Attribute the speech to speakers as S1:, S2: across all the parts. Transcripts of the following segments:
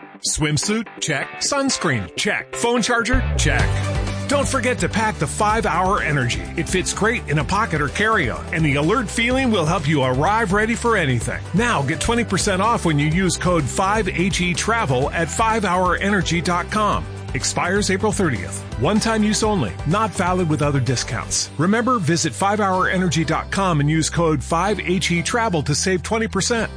S1: Swimsuit? Check. Sunscreen? Check. Phone charger? Check. Don't forget to pack the 5-Hour Energy. It fits great in a pocket or carry-on, and the alert feeling will help you arrive ready for anything. Now get 20% off when you use code 5HETRAVEL at 5hourenergy.com. Expires April 30th. One-time use only. Not valid with other discounts. Remember, visit 5hourenergy.com and use code 5HETRAVEL to save 20%.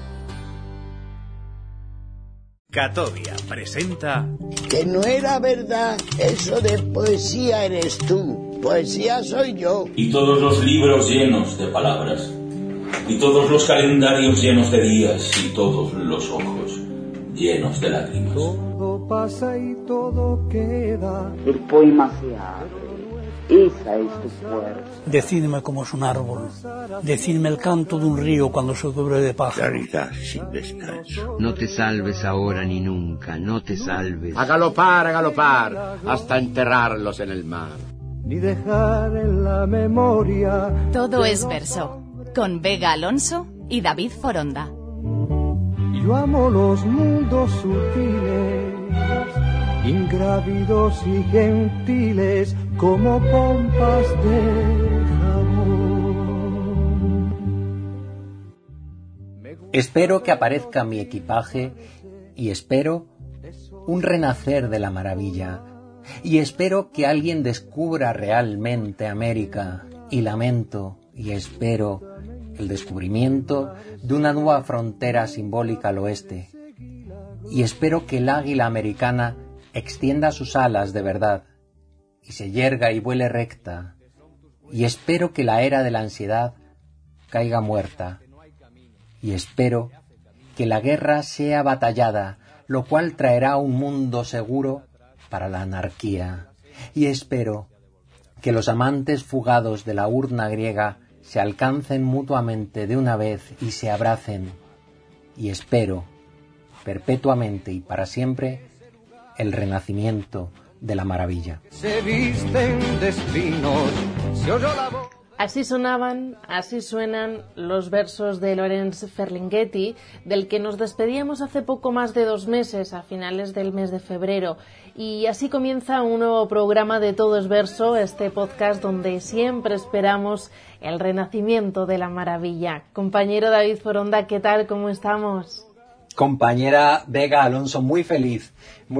S2: Catovia presenta...
S3: Que no era verdad eso de poesía eres tú, poesía soy yo.
S4: Y todos los libros llenos de palabras, y todos los calendarios llenos de días, y todos los ojos llenos de lágrimas.
S5: Todo pasa y todo queda.
S6: El poema se abre. Esa es tu fuerza.
S7: Decidme cómo es un árbol. Decidme el canto de un río cuando se cubre de pájaros.
S3: Claridad sin descanso.
S8: No te salves ahora ni nunca, no te salves.
S9: A galopar, hasta enterrarlos en el mar.
S5: Ni dejar en la memoria.
S10: Todo es verso, con Vega Alonso y David Foronda.
S5: Yo amo los mundos sutiles, ingrávidos y gentiles, como pompas de jabón.
S11: Espero que aparezca mi equipaje y espero un renacer de la maravilla y espero que alguien descubra realmente América y lamento y espero el descubrimiento de una nueva frontera simbólica al oeste y espero que el águila americana extienda sus alas de verdad y se yerga y vuele recta y espero que la era de la ansiedad caiga muerta y espero que la guerra sea batallada, lo cual traerá un mundo seguro para la anarquía y espero que los amantes fugados de la urna griega se alcancen mutuamente de una vez y se abracen y espero perpetuamente y para siempre el renacimiento de la maravilla.
S5: Se visten de espinos, se oyó la voz.
S12: Así sonaban, así suenan los versos de Lawrence Ferlinghetti, del que nos despedíamos hace poco más de 2 meses, a finales del mes de febrero. Y así comienza un nuevo programa de Todo es Verso, este podcast donde siempre esperamos el renacimiento de la maravilla. Compañero David Foronda, ¿qué tal? ¿Cómo estamos?
S11: Compañera Vega Alonso, muy feliz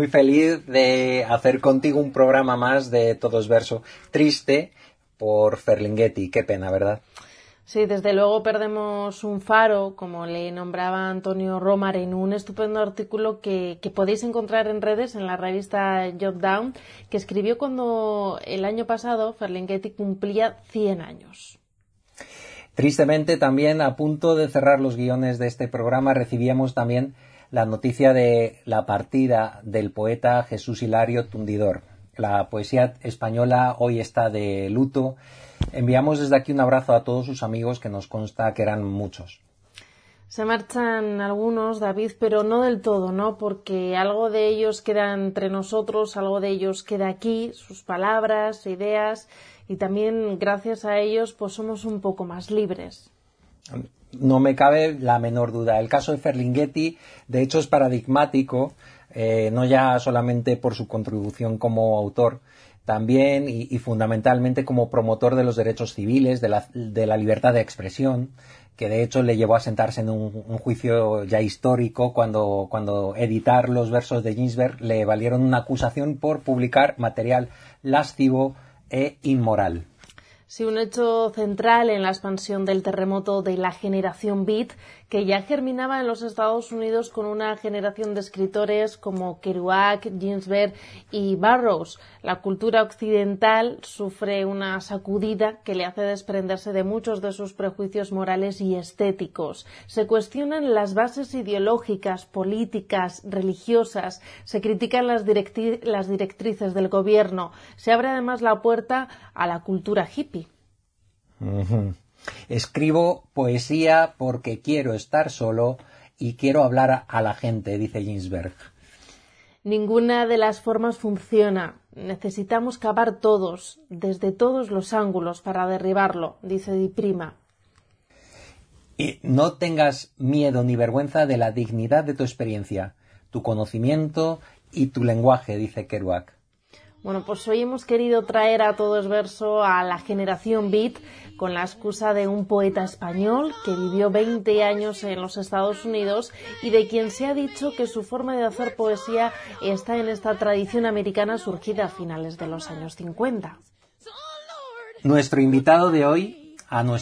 S11: de hacer contigo un programa más de Todo es Verso. Triste por Ferlinghetti, qué pena, ¿verdad?
S12: Sí, desde luego perdemos un faro, como le nombraba Antonio Romar en un estupendo artículo que podéis encontrar en redes, en la revista Jot Down, que escribió cuando el año pasado Ferlinghetti cumplía 100 años.
S11: Tristemente, también a punto de cerrar los guiones de este programa, recibíamos también la noticia de la partida del poeta Jesús Hilario Tundidor. La poesía española hoy está de luto. Enviamos desde aquí un abrazo a todos sus amigos, que nos consta que eran muchos.
S12: Se marchan algunos, David, pero no del todo, ¿no? Porque algo de ellos queda entre nosotros, algo de ellos queda aquí, sus palabras, ideas, y también gracias a ellos pues somos un poco más libres.
S11: No me cabe la menor duda. El caso de Ferlinghetti, de hecho, es paradigmático, no ya solamente por su contribución como autor, también y fundamentalmente como promotor de los derechos civiles, de la libertad de expresión, que de hecho le llevó a sentarse en un juicio ya histórico cuando editar los versos de Ginsberg le valieron una acusación por publicar material lascivo e inmoral.
S12: Sí, un hecho central en la expansión del terremoto de la generación Beat, que ya germinaba en los Estados Unidos con una generación de escritores como Kerouac, Ginsberg y Burroughs. La cultura occidental sufre una sacudida que le hace desprenderse de muchos de sus prejuicios morales y estéticos. Se cuestionan las bases ideológicas, políticas, religiosas, se critican las directrices del gobierno, se abre además la puerta a la cultura hippie.
S11: Escribo poesía porque quiero estar solo y quiero hablar a la gente, dice Ginsberg.
S12: Ninguna de las formas funciona. Necesitamos cavar todos, desde todos los ángulos, para derribarlo, dice Di Prima.
S11: Y no tengas miedo ni vergüenza de la dignidad de tu experiencia, tu conocimiento y tu lenguaje, dice Kerouac.
S12: Bueno, pues hoy hemos querido traer a Todo es Verso a la generación beat con la excusa de un poeta español que vivió 20 años en los Estados Unidos y de quien se ha dicho que su forma de hacer poesía está en esta tradición americana surgida a finales de los años 50.
S11: A nuestro invitado de hoy,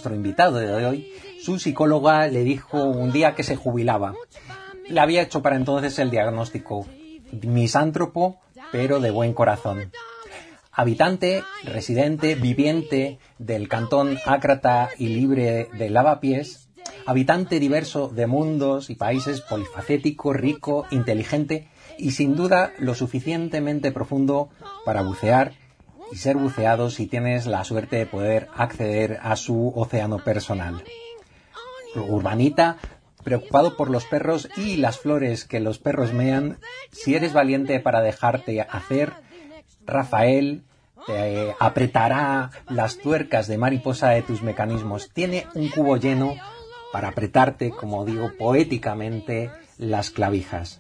S11: su psicóloga le dijo un día que se jubilaba. Le había hecho para entonces el diagnóstico: misántropo, pero de buen corazón. Habitante, residente, viviente del cantón ácrata y libre de Lavapiés, habitante diverso de mundos y países, polifacético, rico, inteligente y sin duda lo suficientemente profundo para bucear y ser buceado si tienes la suerte de poder acceder a su océano personal. Urbanita, preocupado por los perros y las flores que los perros mean, si eres valiente para dejarte hacer, Rafael te apretará las tuercas de mariposa de tus mecanismos. Tiene un cubo lleno para apretarte, como digo, poéticamente, las clavijas.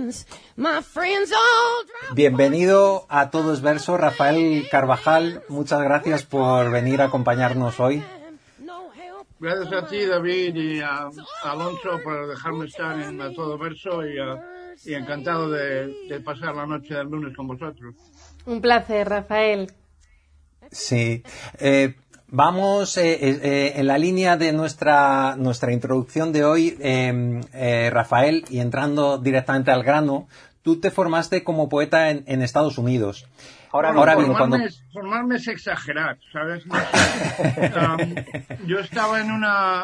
S11: Bienvenido a Todo es Verso, Rafael Carvajal. Muchas gracias por venir a acompañarnos hoy.
S13: Gracias a ti, David, y a Alonso por dejarme estar en A Todo Verso y encantado de pasar la noche del lunes con vosotros.
S12: Un placer, Rafael.
S11: Sí. Vamos en la línea de nuestra introducción de hoy, Rafael, y entrando directamente al grano. Tú te formaste como poeta en Estados Unidos.
S13: Ahora bien, formarme es exagerar, ¿sabes? No sé. Yo estaba en una,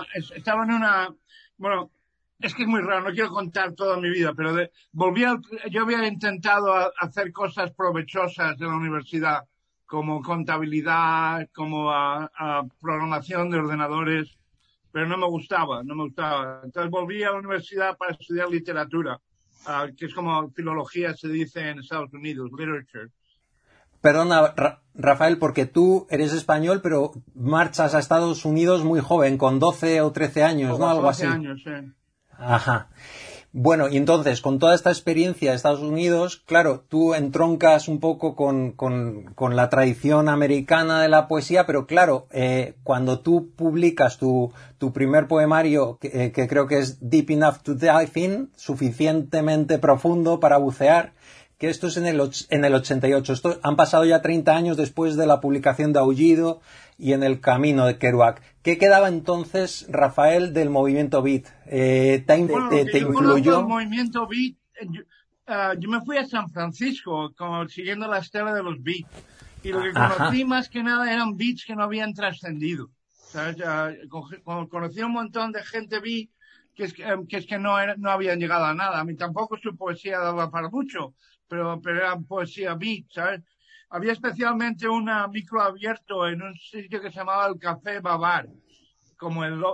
S13: bueno, es que es muy raro, no quiero contar toda mi vida, pero yo había intentado hacer cosas provechosas en la universidad, como contabilidad, como programación de ordenadores, pero no me gustaba. Entonces volví a la universidad para estudiar literatura, que es como filología se dice en Estados Unidos, literature.
S11: Perdona, Rafael, porque tú eres español, pero marchas a Estados Unidos muy joven, con 12 o 13 años, ¿no? Algo así.
S13: 12 años, sí.
S11: Ajá. Bueno, y entonces, con toda esta experiencia de Estados Unidos, claro, tú entroncas un poco con la tradición americana de la poesía, pero claro, cuando tú publicas tu primer poemario, que creo que es Deep Enough to Dive In, suficientemente profundo para bucear, que esto es en el 88. Esto han pasado ya 30 años después de la publicación de Aullido y En el camino de Kerouac. ¿Qué quedaba entonces, Rafael, del movimiento beat? ¿Te influyó?
S13: El movimiento beat, yo me fui a San Francisco siguiendo la estela de los beats. Y lo que conocí más que nada eran beats que no habían trascendido. ¿Sabes? Conocí un montón de gente beat que es que no habían llegado a nada. A mí tampoco su poesía daba para mucho, pero era poesía beat, ¿sabes? Había especialmente un micro abierto en un sitio que se llamaba el Café Babar, como el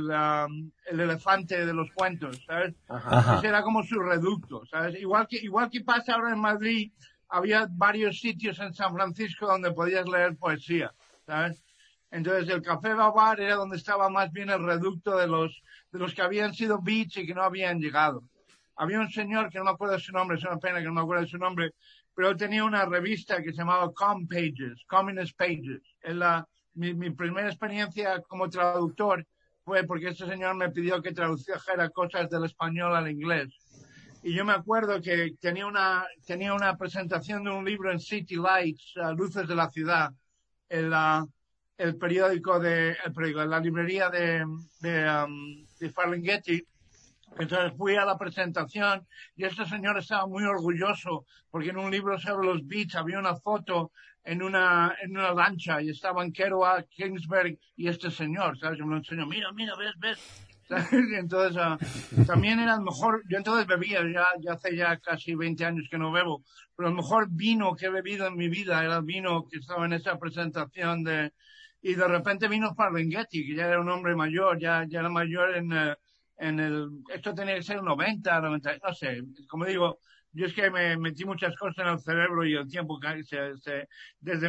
S13: elefante de los cuentos, ¿sabes? Ese era como su reducto, ¿sabes? Igual que pasa ahora en Madrid, había varios sitios en San Francisco donde podías leer poesía, ¿sabes? Entonces el Café Babar era donde estaba más bien el reducto de los que habían sido beats y que no habían llegado. Había un señor que no me acuerdo de su nombre, es una pena que no me acuerdo de su nombre, pero él tenía una revista que se llamaba Communist Pages. Mi primera experiencia como traductor fue porque este señor me pidió que tradujera cosas del español al inglés. Y yo me acuerdo que tenía una presentación de un libro en City Lights, Luces de la Ciudad, el periódico la librería de Ferlinghetti. Entonces fui a la presentación y este señor estaba muy orgulloso porque en un libro sobre los beats había una foto en una lancha y estaban Kerouac, Ginsberg y este señor, ¿sabes? Yo me lo enseño, mira, ves. ¿Sabes? Y entonces también era el mejor, yo entonces bebía, ya hace ya casi 20 años que no bebo, pero el mejor vino que he bebido en mi vida era el vino que estaba en esa presentación y de repente vino Ferlinghetti, que ya era un hombre mayor, ya era mayor esto tenía que ser 90, no sé, como digo, yo es que me metí muchas cosas en el cerebro y el tiempo desde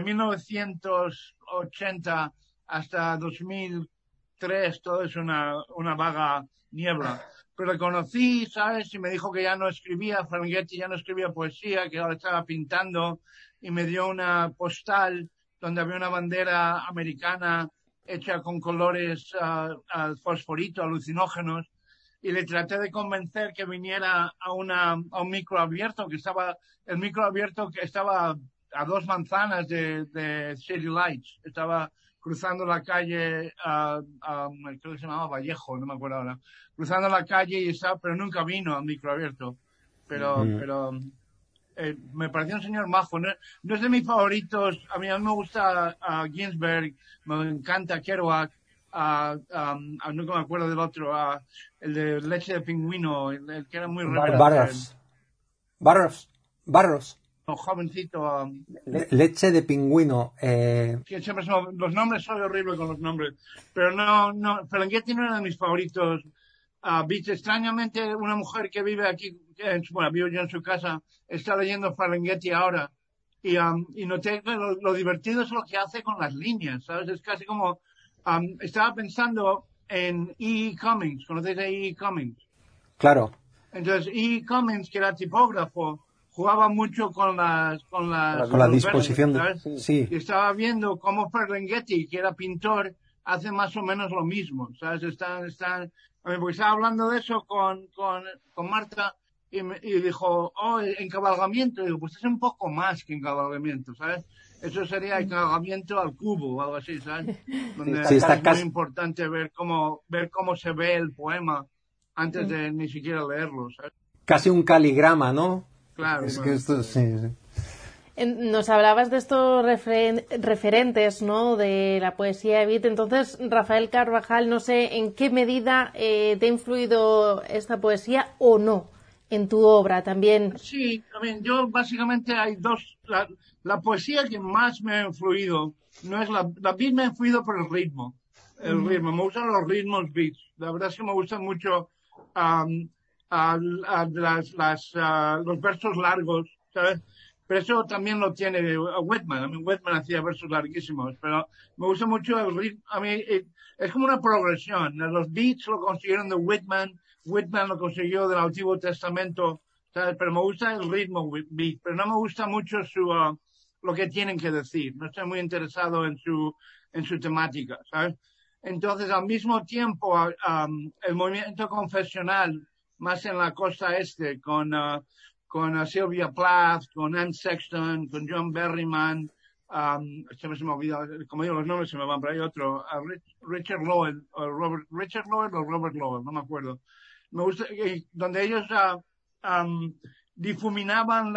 S13: 1980 hasta 2003 todo es una vaga niebla, pero le conocí, ¿sabes? Y me dijo que ya no escribía, Ferlinghetti ya no escribía poesía, que ahora estaba pintando, y me dio una postal donde había una bandera americana hecha con colores al fosforito, alucinógenos, y le traté de convencer que viniera a un micro abierto, el micro abierto que estaba a 2 manzanas de City Lights, estaba cruzando la calle, creo que se llamaba Vallejo, no me acuerdo ahora, cruzando la calle y estaba, pero nunca vino al micro abierto, pero me pareció un señor majo, no es de mis favoritos, a mí me gusta Ginsberg, me encanta Kerouac, nunca me acuerdo del otro, el de Leche de Pingüino, el que era muy
S11: Barros.
S13: Jovencito.
S11: Leche de Pingüino.
S13: Que siempre los nombres son horribles con los nombres, pero no, Ferlinghetti no era de mis favoritos. Viste, extrañamente, una mujer que vive aquí, vivo yo en su casa, está leyendo Ferlinghetti ahora, y noté que lo divertido es lo que hace con las líneas, ¿sabes? Es casi como, estaba pensando en E. Cummings, ¿conocéis a E. Cummings?
S11: Claro.
S13: Entonces, E. Cummings, que era tipógrafo, jugaba mucho con la
S11: disposición
S13: versos,
S11: sí.
S13: Y estaba viendo cómo Ferlinghetti, que era pintor, hace más o menos lo mismo, ¿sabes? Porque estaba hablando de eso con Marta y dijo, encabalgamiento. Y digo, pues es un poco más que encabalgamiento, ¿sabes? Eso sería encabalgamiento al cubo o algo así, ¿sabes? Donde es muy importante ver cómo se ve el poema antes de ni siquiera leerlo, ¿sabes?
S11: Casi un caligrama, ¿no?
S13: Claro.
S11: Es que esto, sí.
S12: Nos hablabas de estos referentes, ¿no?, de la poesía de Beat. Entonces, Rafael Carvajal, no sé en qué medida te ha influido esta poesía o no en tu obra también.
S13: Sí, yo básicamente hay dos. La poesía que más me ha influido no es la Beat, me ha influido por el ritmo. Me gustan los ritmos Beats. La verdad es que me gustan mucho los versos largos, ¿sabes? Pero eso también lo tiene Whitman. Whitman hacía versos larguísimos, pero me gusta mucho el ritmo. Es como una progresión. Los beats lo consiguieron de Whitman lo consiguió del Antiguo Testamento, ¿sabes? Pero me gusta el ritmo beat, pero no me gusta mucho lo que tienen que decir. No estoy muy interesado en su temática, ¿sabes? Entonces, al mismo tiempo, el movimiento confesional, más en la costa este, con Sylvia Plath, con Anne Sexton, con John Berryman, se me olvida, como digo, los nombres se me van, pero hay otro, Richard Lowell o Robert Lowell, no me acuerdo. Me gusta, donde ellos difuminaban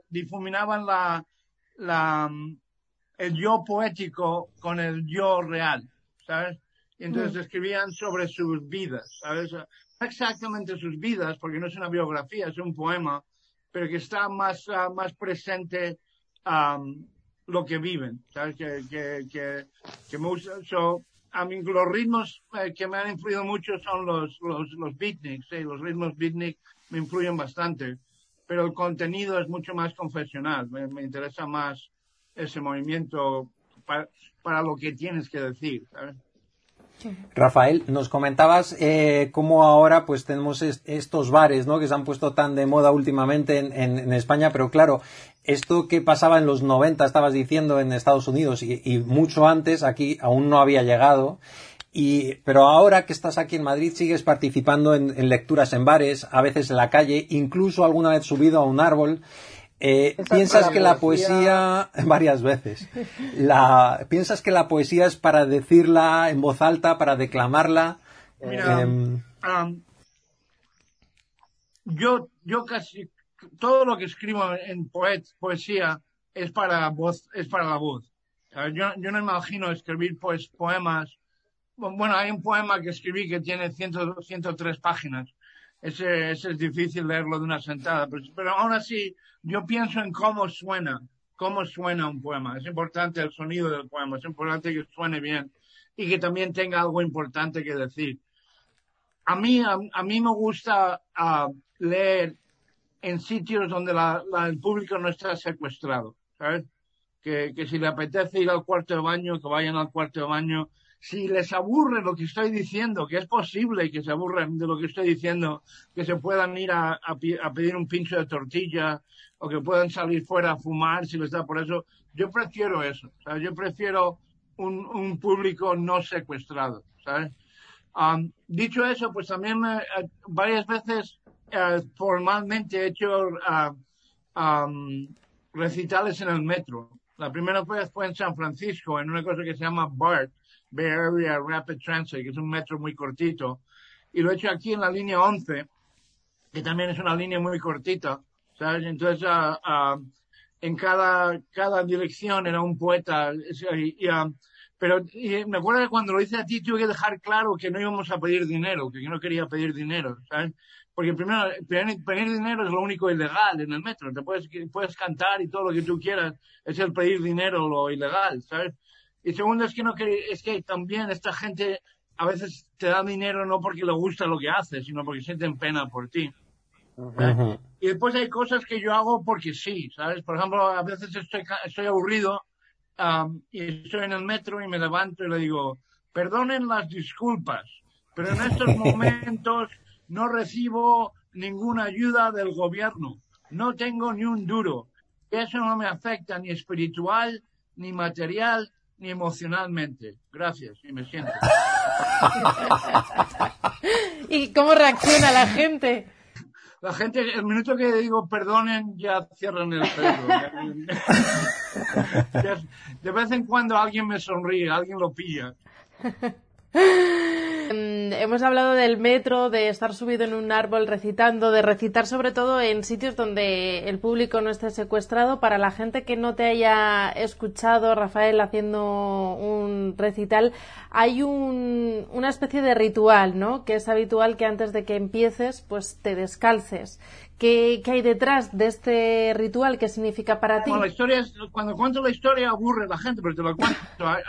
S13: el yo poético con el yo real, ¿sabes? Y entonces escribían sobre sus vidas, ¿sabes? No exactamente sus vidas, porque no es una biografía, es un poema, pero que está más presente lo que viven, ¿sabes? Que me gusta. Los ritmos que me han influido mucho son los beatniks, ¿sí? Los ritmos beatnik me influyen bastante, pero el contenido es mucho más confesional. Me interesa más ese movimiento para lo que tienes que decir, ¿sabes?
S11: Rafael, nos comentabas cómo ahora pues tenemos estos bares, ¿no?, que se han puesto tan de moda últimamente en España, pero claro, esto que pasaba en los 90, estabas diciendo, en Estados Unidos y mucho antes, aquí aún no había llegado, pero ahora que estás aquí en Madrid sigues participando en lecturas en bares, a veces en la calle, incluso alguna vez subido a un árbol. ¿Piensas que la poesía varias veces? ¿Piensas que la poesía es para decirla en voz alta, para declamarla?
S13: Mira, yo casi todo lo que escribo en poesía es para la voz. Yo no imagino escribir poemas. Bueno, hay un poema que escribí que tiene 103 páginas. Ese es difícil leerlo de una sentada, pero aún así yo pienso en cómo suena un poema. Es importante el sonido del poema, es importante que suene bien y que también tenga algo importante que decir. A mí me gusta leer en sitios donde el público no está secuestrado, ¿sabes? Que si le apetece ir al cuarto de baño, que vayan al cuarto de baño, si les aburre lo que estoy diciendo, que es posible que se aburran de lo que estoy diciendo, que se puedan ir a pedir un pincho de tortilla o que puedan salir fuera a fumar si les da por eso, yo prefiero eso, ¿sabes? Yo prefiero un público no secuestrado, ¿sabes? Dicho eso, pues también varias veces formalmente he hecho recitales en el metro. La primera vez fue en San Francisco, en una cosa que se llama BART, Bay Area Rapid Transit, que es un metro muy cortito. Y lo he hecho aquí en la línea 11, que también es una línea muy cortita, ¿sabes? Entonces, en cada dirección era un poeta. Pero me acuerdo que cuando lo hice a ti tuve que dejar claro que no íbamos a pedir dinero, que yo no quería pedir dinero, ¿sabes? Porque primero, pedir dinero es lo único ilegal en el metro. Te puedes cantar y todo lo que tú quieras. Es el pedir dinero lo ilegal, ¿sabes? Y segundo es que también esta gente a veces te da dinero no porque le gusta lo que haces, sino porque sienten pena por ti. Uh-huh. Y después hay cosas que yo hago porque sí, ¿sabes? Por ejemplo, a veces estoy aburrido y estoy en el metro y me levanto y le digo, perdonen las disculpas, pero en estos momentos no recibo ninguna ayuda del gobierno. No tengo ni un duro. Eso no me afecta ni espiritual, ni material, ni emocionalmente. Gracias, y me siento.
S12: ¿Y cómo reacciona la gente?
S13: La gente, el minuto que digo perdonen, ya cierran el cerebro. De vez en cuando alguien me sonríe, alguien lo pilla.
S12: Hemos hablado del metro, de estar subido en un árbol recitando, de recitar sobre todo en sitios donde el público no esté secuestrado. Para la gente que no te haya escuchado, Rafael, haciendo un recital, hay una especie de ritual, ¿no? Que es habitual que antes de que empieces, pues te descalces. ¿Qué hay detrás de este ritual? ¿Qué significa para ti?
S13: Bueno, la historia es, cuando cuento la historia aburre a la gente, pero te lo cuento.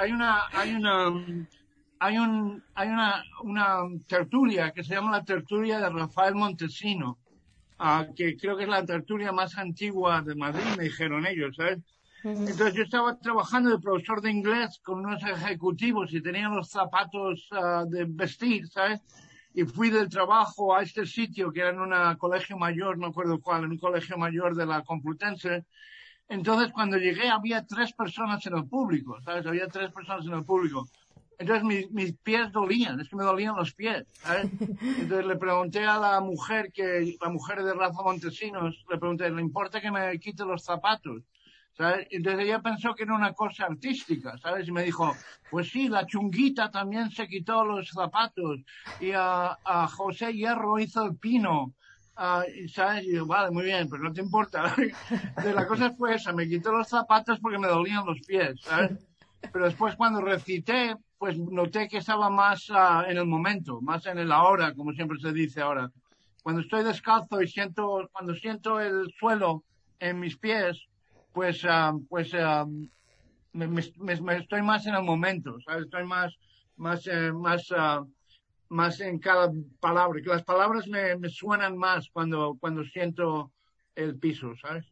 S13: Hay una tertulia que se llama la tertulia de Rafael Montesino, que creo que es la tertulia más antigua de Madrid, me dijeron ellos, ¿sabes? Entonces yo estaba trabajando de profesor de inglés con unos ejecutivos y tenían los zapatos de vestir, ¿sabes? Y fui del trabajo a este sitio que era en un colegio mayor, no recuerdo cuál, en un colegio mayor de la Complutense. Entonces cuando llegué había 3 personas en el público, ¿sabes? Había 3 personas en el público. Entonces mis pies dolían, es que me dolían los pies, ¿sabes? Entonces le pregunté a la mujer de Rafa Montesinos, le pregunté, ¿le importa que me quite los zapatos? ¿Sabes? Entonces ella pensó que era una cosa artística, ¿sabes? Y me dijo, pues sí, la Chunguita también se quitó los zapatos y a José Hierro hizo el pino. ¿Sabes? Y yo, vale, muy bien, pero no te importa. Entonces la cosa fue esa, me quité los zapatos porque me dolían los pies, ¿sabes? Pero después cuando recité, pues noté que estaba más en el momento, más en el ahora, como siempre se dice ahora. Cuando estoy descalzo y cuando siento el suelo en mis pies, pues me estoy más en el momento, ¿sabes? Estoy más en cada palabra, que las palabras me suenan más cuando siento el piso, ¿sabes?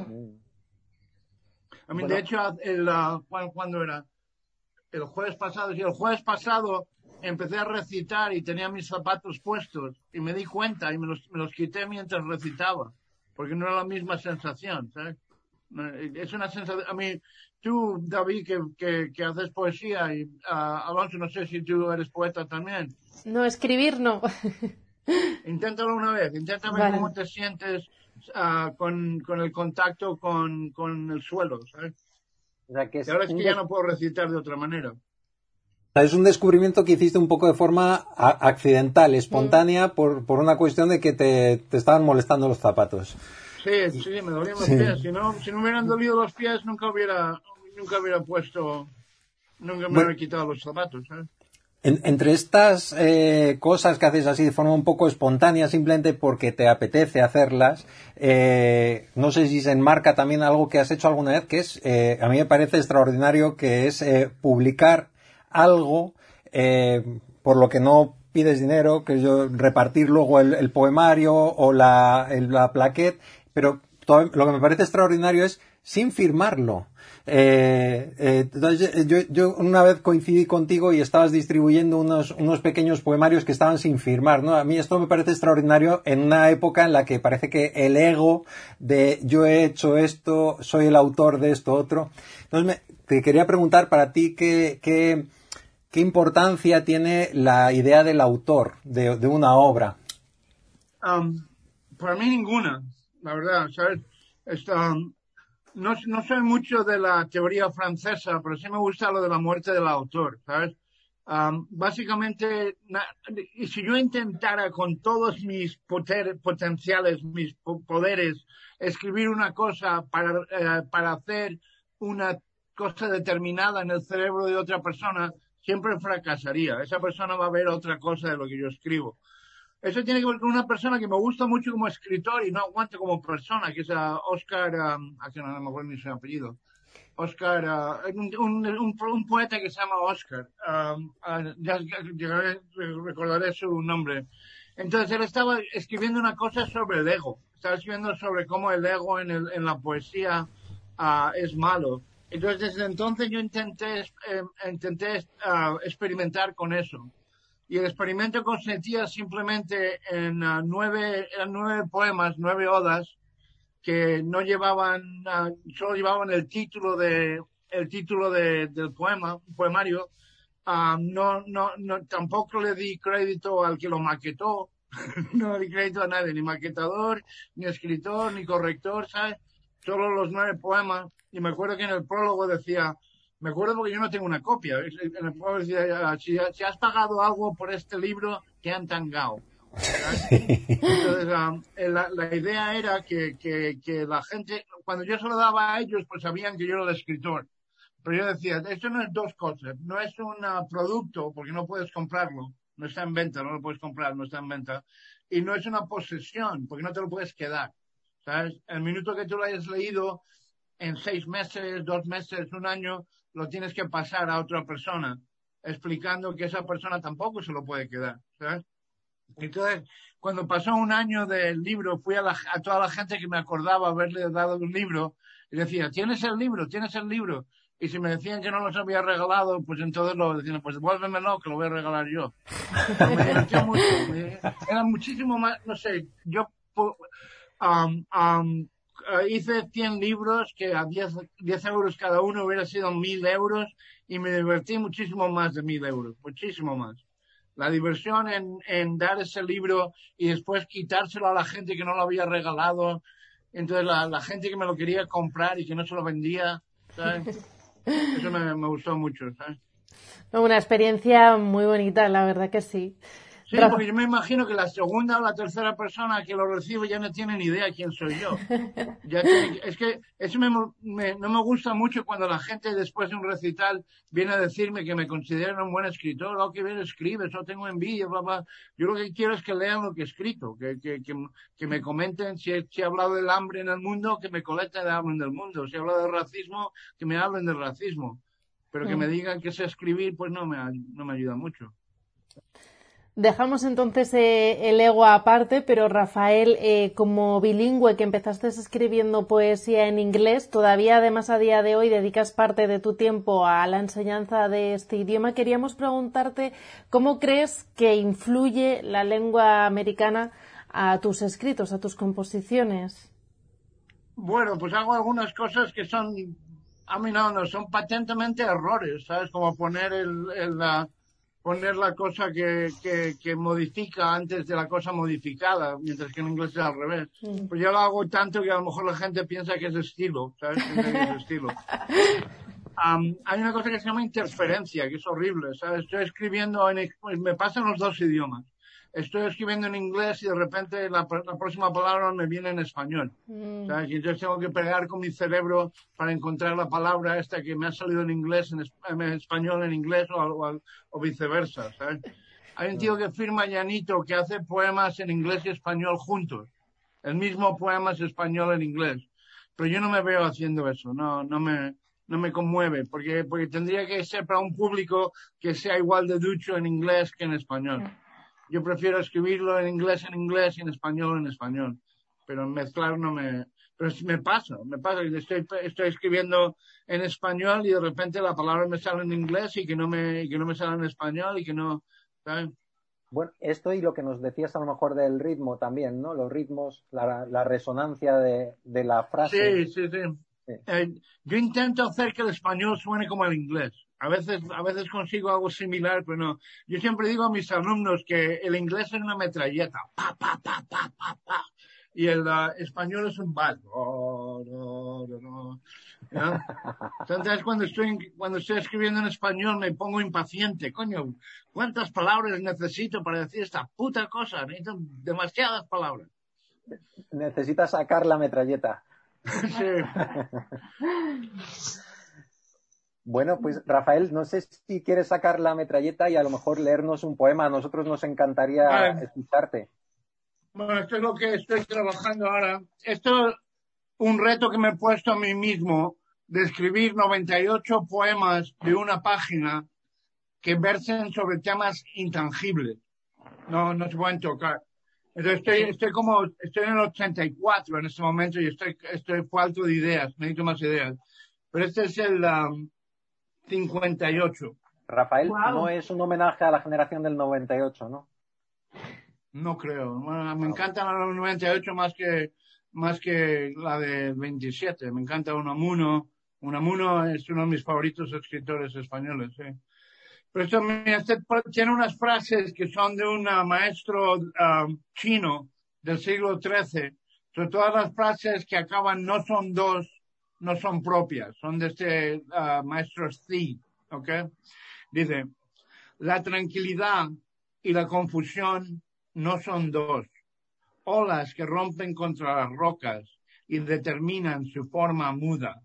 S13: A mí, de hecho, ¿cuándo era? El jueves pasado empecé a recitar y tenía mis zapatos puestos y me di cuenta y me los quité mientras recitaba, porque no era la misma sensación, ¿sabes? Es una sensación, a mí, tú, David, que haces poesía y Alonso, no sé si tú eres poeta también.
S12: No, escribir no.
S13: Inténtalo una vez, intenta ver cómo te sientes con el contacto con el suelo, ¿sabes?
S11: O sea, que
S13: y ahora es que ya no puedo recitar de otra manera.
S11: Es un descubrimiento que hiciste un poco de forma accidental, espontánea, por una cuestión de que te estaban molestando los zapatos.
S13: Sí, me dolían los pies. Si no me hubieran dolido los pies, nunca hubiera quitado los zapatos, ¿sabes?
S11: Entre estas cosas que haces así de forma un poco espontánea, simplemente porque te apetece hacerlas, no sé si se enmarca también algo que has hecho alguna vez, que es, a mí me parece extraordinario, que es publicar algo por lo que no pides dinero, que es repartir luego el poemario o la plaquette, pero lo que me parece extraordinario es sin firmarlo. Entonces, yo una vez coincidí contigo y estabas distribuyendo unos pequeños poemarios que estaban sin firmar, ¿no? A mí esto me parece extraordinario en una época en la que parece que el ego de yo he hecho esto, soy el autor de esto otro. Entonces, te quería preguntar para ti qué importancia tiene la idea del autor de una obra.
S13: Para mí ninguna, la verdad, ¿sabes? No soy mucho de la teoría francesa, pero sí me gusta lo de la muerte del autor, ¿sabes? Básicamente, y si yo intentara con todos mis potenciales, mis poderes, escribir una cosa para hacer una cosa determinada en el cerebro de otra persona, siempre fracasaría. Esa persona va a ver otra cosa de lo que yo escribo. Eso tiene que ver con una persona que me gusta mucho como escritor y no aguanto como persona, que es Oscar, que no me acuerdo ni su apellido. Oscar, un poeta que se llama Oscar. Recordaré su nombre. Entonces él estaba escribiendo una cosa sobre el ego. Estaba escribiendo sobre cómo el ego en la poesía es malo. Entonces desde entonces yo intenté experimentar con eso. Y el experimento consistía simplemente en 9 poemas, 9 odas, que no llevaban, solo llevaban el título del poemario. Tampoco le di crédito al que lo maquetó, no le di crédito a nadie, ni maquetador, ni escritor, ni corrector, ¿sabes? Solo los 9 poemas. Y me acuerdo que en el prólogo decía, me acuerdo porque yo no tengo una copia. En el prólogo decía, si has pagado algo por este libro, te han tangado. Entonces, la idea era que la gente, cuando yo se lo daba a ellos, pues sabían que yo era el escritor. Pero yo decía, esto no es dos cosas. No es un producto, porque no puedes comprarlo. No está en venta, no lo puedes comprar, no está en venta. Y no es una posesión, porque no te lo puedes quedar. ¿Sabes? El minuto que tú lo hayas leído, en 6 meses, 2 meses, 1 año, lo tienes que pasar a otra persona, explicando que esa persona tampoco se lo puede quedar, ¿sabes? Entonces, cuando pasó 1 año del libro, fui a toda la gente que me acordaba haberle dado un libro, y decía, ¿tienes el libro? ¿Tienes el libro? Y si me decían que no los había regalado, pues entonces lo decían, pues devuélvemelo, que lo voy a regalar yo. Pero me divertía mucho. Era muchísimo más, no sé, yo hice 100 libros que a 10 euros cada uno hubiera sido 1.000 euros y me divertí muchísimo más de 1.000 euros, muchísimo más. La diversión en dar ese libro y después quitárselo a la gente que no lo había regalado, entonces la gente que me lo quería comprar y que no se lo vendía, ¿sabes? Eso me gustó mucho, ¿sabes?
S12: Una experiencia muy bonita, la verdad que sí.
S13: Sí, porque yo me imagino que la segunda o la tercera persona que lo recibe ya no tiene ni idea quién soy yo. Es que eso no me gusta mucho cuando la gente después de un recital viene a decirme que me consideran un buen escritor, o que bien escribes, o tengo envidia, bla, bla. Yo lo que quiero es que lean lo que he escrito, que me comenten si he hablado del hambre en el mundo, que me comenten de hambre en el mundo. Si he hablado del racismo, que me hablen del racismo. Pero que me digan que sé escribir, pues no me ayuda mucho.
S12: Dejamos entonces el ego aparte, pero Rafael, como bilingüe que empezaste escribiendo poesía en inglés, todavía además a día de hoy dedicas parte de tu tiempo a la enseñanza de este idioma. Queríamos preguntarte cómo crees que influye la lengua americana a tus escritos, a tus composiciones.
S13: Bueno, pues hago algunas cosas que son, son patentemente errores, ¿sabes? Como poner poner la cosa que modifica antes de la cosa modificada, mientras que en inglés es al revés. Pues yo lo hago tanto que a lo mejor la gente piensa que es estilo, ¿sabes? Es estilo. Hay una cosa que se llama interferencia, que es horrible, ¿sabes? Estoy escribiendo, me pasan los 2 idiomas. Estoy escribiendo en inglés y de repente la próxima palabra me viene en español. ¿Sabes? Y entonces tengo que pegar con mi cerebro para encontrar la palabra esta que me ha salido en inglés, en español en inglés o viceversa, ¿sabes? Hay un tío que firma Llanito que hace poemas en inglés y español juntos. El mismo poema es español en inglés. Pero yo no me veo haciendo eso, no me conmueve, porque tendría que ser para un público que sea igual de ducho en inglés que en español. Yo prefiero escribirlo en inglés y en español, pero mezclar no me... Pero me pasa, estoy escribiendo en español y de repente la palabra me sale en inglés y que no me sale en español y que no, ¿sabes?
S11: Bueno, esto y lo que nos decías a lo mejor del ritmo también, ¿no? Los ritmos, la resonancia de la frase.
S13: Sí. Yo intento hacer que el español suene como el inglés. A veces consigo algo similar, pero no. Yo siempre digo a mis alumnos que el inglés es una metralleta. Pa, pa, pa, pa, pa, pa. Y el español es un bal. ¿Ya? Entonces, cuando estoy escribiendo en español me pongo impaciente. Coño, ¿cuántas palabras necesito para decir esta puta cosa? Necesito demasiadas palabras.
S11: Necesitas sacar la metralleta.
S13: Sí.
S11: Bueno, pues Rafael, no sé si quieres sacar la metralleta y a lo mejor leernos un poema. A nosotros nos encantaría escucharte.
S13: Bueno, esto es lo que estoy trabajando ahora. Esto es un reto que me he puesto a mí mismo, de escribir 98 poemas de una página que versen sobre temas intangibles. No se pueden tocar. Entonces estoy en el 84 en este momento y estoy falto de ideas, necesito más ideas. Pero este es el 58.
S11: Rafael, no es un homenaje a la generación del 98, ¿no?
S13: No creo. Bueno, me encanta la del 98 más que la del 27. Me encanta Unamuno. Unamuno es uno de mis favoritos escritores españoles, sí. Pero esto tiene unas frases que son de un maestro chino del siglo XIII. Sobre todas las frases que acaban no son dos, no son propias. Son de este maestro Xi, ¿ok? Dice, la tranquilidad y la confusión no son dos. Olas que rompen contra las rocas y determinan su forma muda.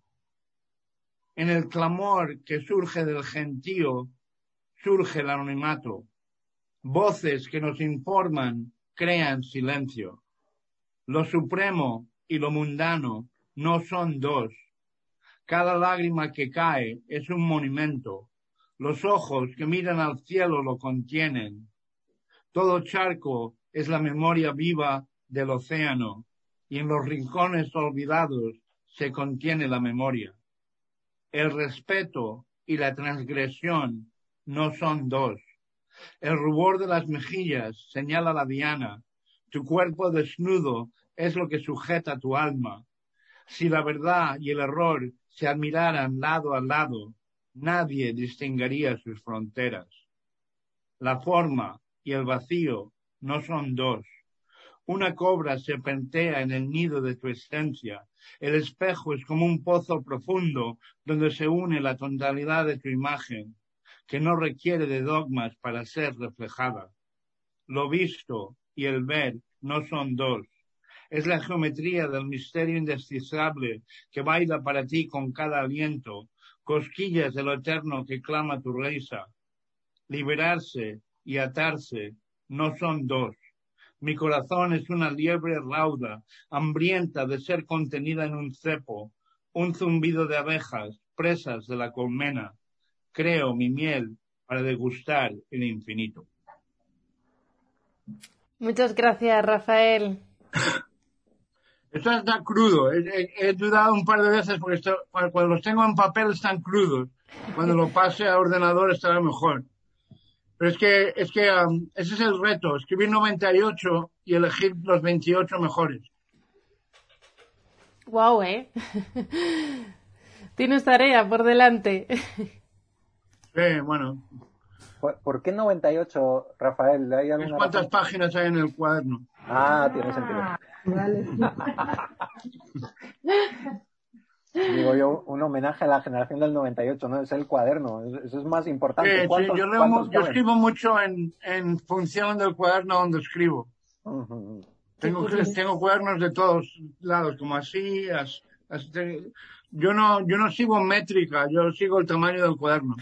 S13: En el clamor que surge del gentío, surge el anonimato. Voces que nos informan crean silencio. Lo supremo y lo mundano no son dos. Cada lágrima que cae es un monumento. Los ojos que miran al cielo lo contienen. Todo charco es la memoria viva del océano y en los rincones olvidados se contiene la memoria. El respeto y la transgresión no son dos. El rubor de las mejillas señala la diana. Tu cuerpo desnudo es lo que sujeta tu alma. Si la verdad y el error se admiraran lado a lado, nadie distinguiría sus fronteras. La forma y el vacío no son dos. Una cobra serpentea en el nido de tu esencia. El espejo es como un pozo profundo donde se une la totalidad de tu imagen, que no requiere de dogmas para ser reflejada. Lo visto y el ver no son dos. Es la geometría del misterio indescifrable que baila para ti con cada aliento, cosquillas de lo eterno que clama tu risa. Liberarse y atarse no son dos. Mi corazón es una liebre rauda, hambrienta de ser contenida en un cepo, un zumbido de abejas, presas de la colmena. Creo mi miel para degustar el infinito.
S12: Muchas gracias, Rafael.
S13: Esto está crudo. He dudado un par de veces porque cuando los tengo en papel están crudos. Cuando lo pase a ordenador estará mejor. Pero es que ese es el reto, escribir 98 y elegir los 28 mejores.
S12: Guau, Tienes tarea por delante.
S13: Sí, bueno.
S11: ¿Por qué 98, Rafael? ¿Hay alguna
S13: ¿Cuántas páginas hay en el cuaderno?
S11: Ah, tiene sentido.
S14: Vale.
S11: Digo yo, un homenaje a la generación del 98, ¿no? Es el cuaderno, eso es más importante.
S13: Sí, yo escribo mucho en función del cuaderno donde escribo. Uh-huh. Tengo cuadernos de todos lados, como así. Yo no sigo métrica, yo sigo el tamaño del cuaderno.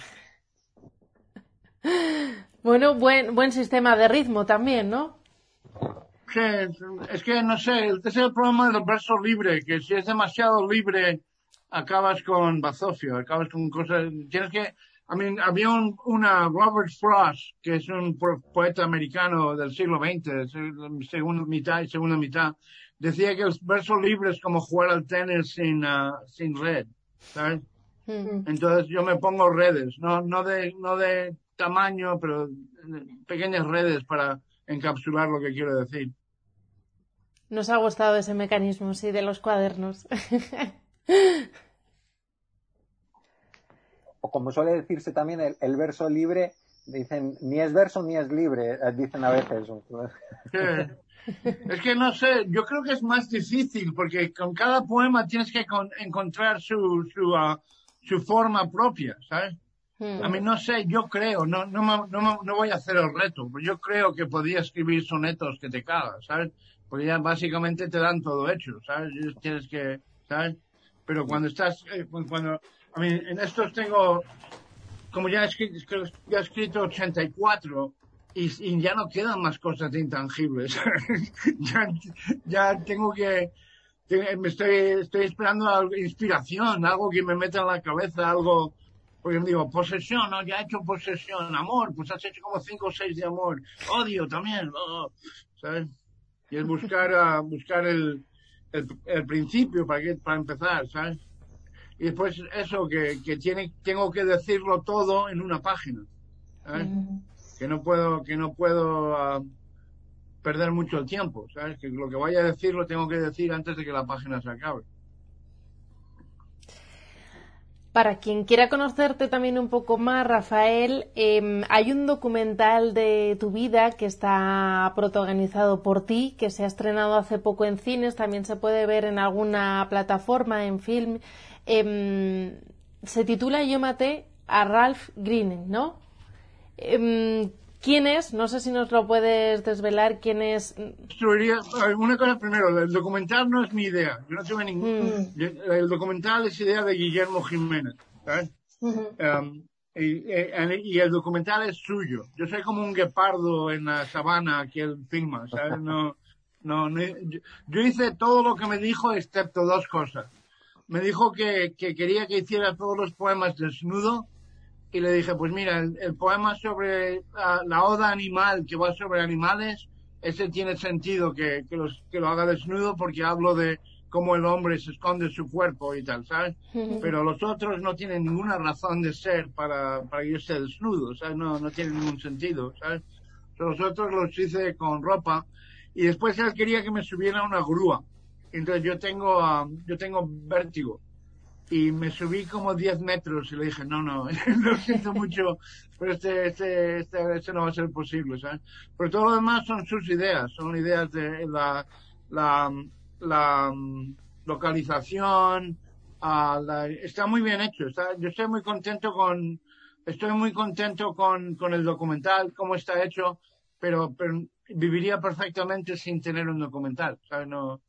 S12: Bueno, buen sistema de ritmo también, ¿no?
S13: Sí, es que no sé, ese es el problema del verso libre, que si es demasiado libre acabas con bazofio, acabas con cosas, había una Robert Frost, que es un poeta americano del siglo XX, segunda mitad, decía que el verso libre es como jugar al tenis sin red, ¿sabes? Entonces yo me pongo redes, no de tamaño, pero pequeñas redes para encapsular lo que quiero decir.
S12: Nos ha gustado ese mecanismo, sí, de los cuadernos.
S11: O como suele decirse también, el verso libre, dicen, ni es verso ni es libre, dicen a veces.
S13: Es que no sé, yo creo que es más difícil, porque con cada poema tienes que encontrar su forma propia, ¿sabes? A mí no sé, yo creo, no voy a hacer el reto, pero yo creo que podría escribir sonetos que te cagas, ¿sabes? Porque ya básicamente te dan todo hecho, ¿sabes? Tienes que, ¿sabes? Pero cuando estás, a mí en estos tengo, como ya he escrito 84 y ya no quedan más cosas intangibles. ya tengo que, estoy esperando inspiración, algo que me meta en la cabeza, algo. Porque me digo, posesión, ¿no? Ya he hecho posesión, amor, pues has hecho como 5 o 6 de amor, odio también, ¿sabes? Y es buscar el principio para empezar, ¿sabes? Y después eso, que tengo que decirlo todo en una página, ¿sabes? Que no puedo perder mucho el tiempo, ¿sabes? Que lo que vaya a decir lo tengo que decir antes de que la página se acabe.
S12: Para quien quiera conocerte también un poco más, Rafael, hay un documental de tu vida que está protagonizado por ti, que se ha estrenado hace poco en cines, también se puede ver en alguna plataforma, en film. Se titula Yo maté a Ralph Greene, ¿no? ¿Quién es? No sé si nos lo puedes desvelar. ¿Quién es?
S13: Una cosa primero, el documental no es mi idea. Yo no tuve ningún. El documental es idea de Guillermo Jiménez, ¿sabes? Y el documental es suyo. Yo soy como un guepardo en la sabana que él filma, ¿sabes? Yo hice todo lo que me dijo excepto 2 cosas. Me dijo que quería que hiciera todos los poemas desnudo. Y le dije, pues mira, el poema sobre la oda animal, que va sobre animales, ese tiene sentido que lo haga desnudo, porque hablo de cómo el hombre se esconde su cuerpo y tal, ¿sabes? Pero los otros no tienen ninguna razón de ser para que yo esté desnudo, ¿sabes? No tienen ningún sentido, ¿sabes? Los otros los hice con ropa, y después él quería que me subiera a una grúa. Entonces yo tengo vértigo. Y me subí como 10 metros y le dije, no, lo siento mucho, pero este no va a ser posible, ¿sabes? Pero todo lo demás son sus ideas, son ideas de la localización, está muy bien hecho, yo estoy muy contento con el documental, cómo está hecho, pero viviría perfectamente sin tener un documental, ¿sabes?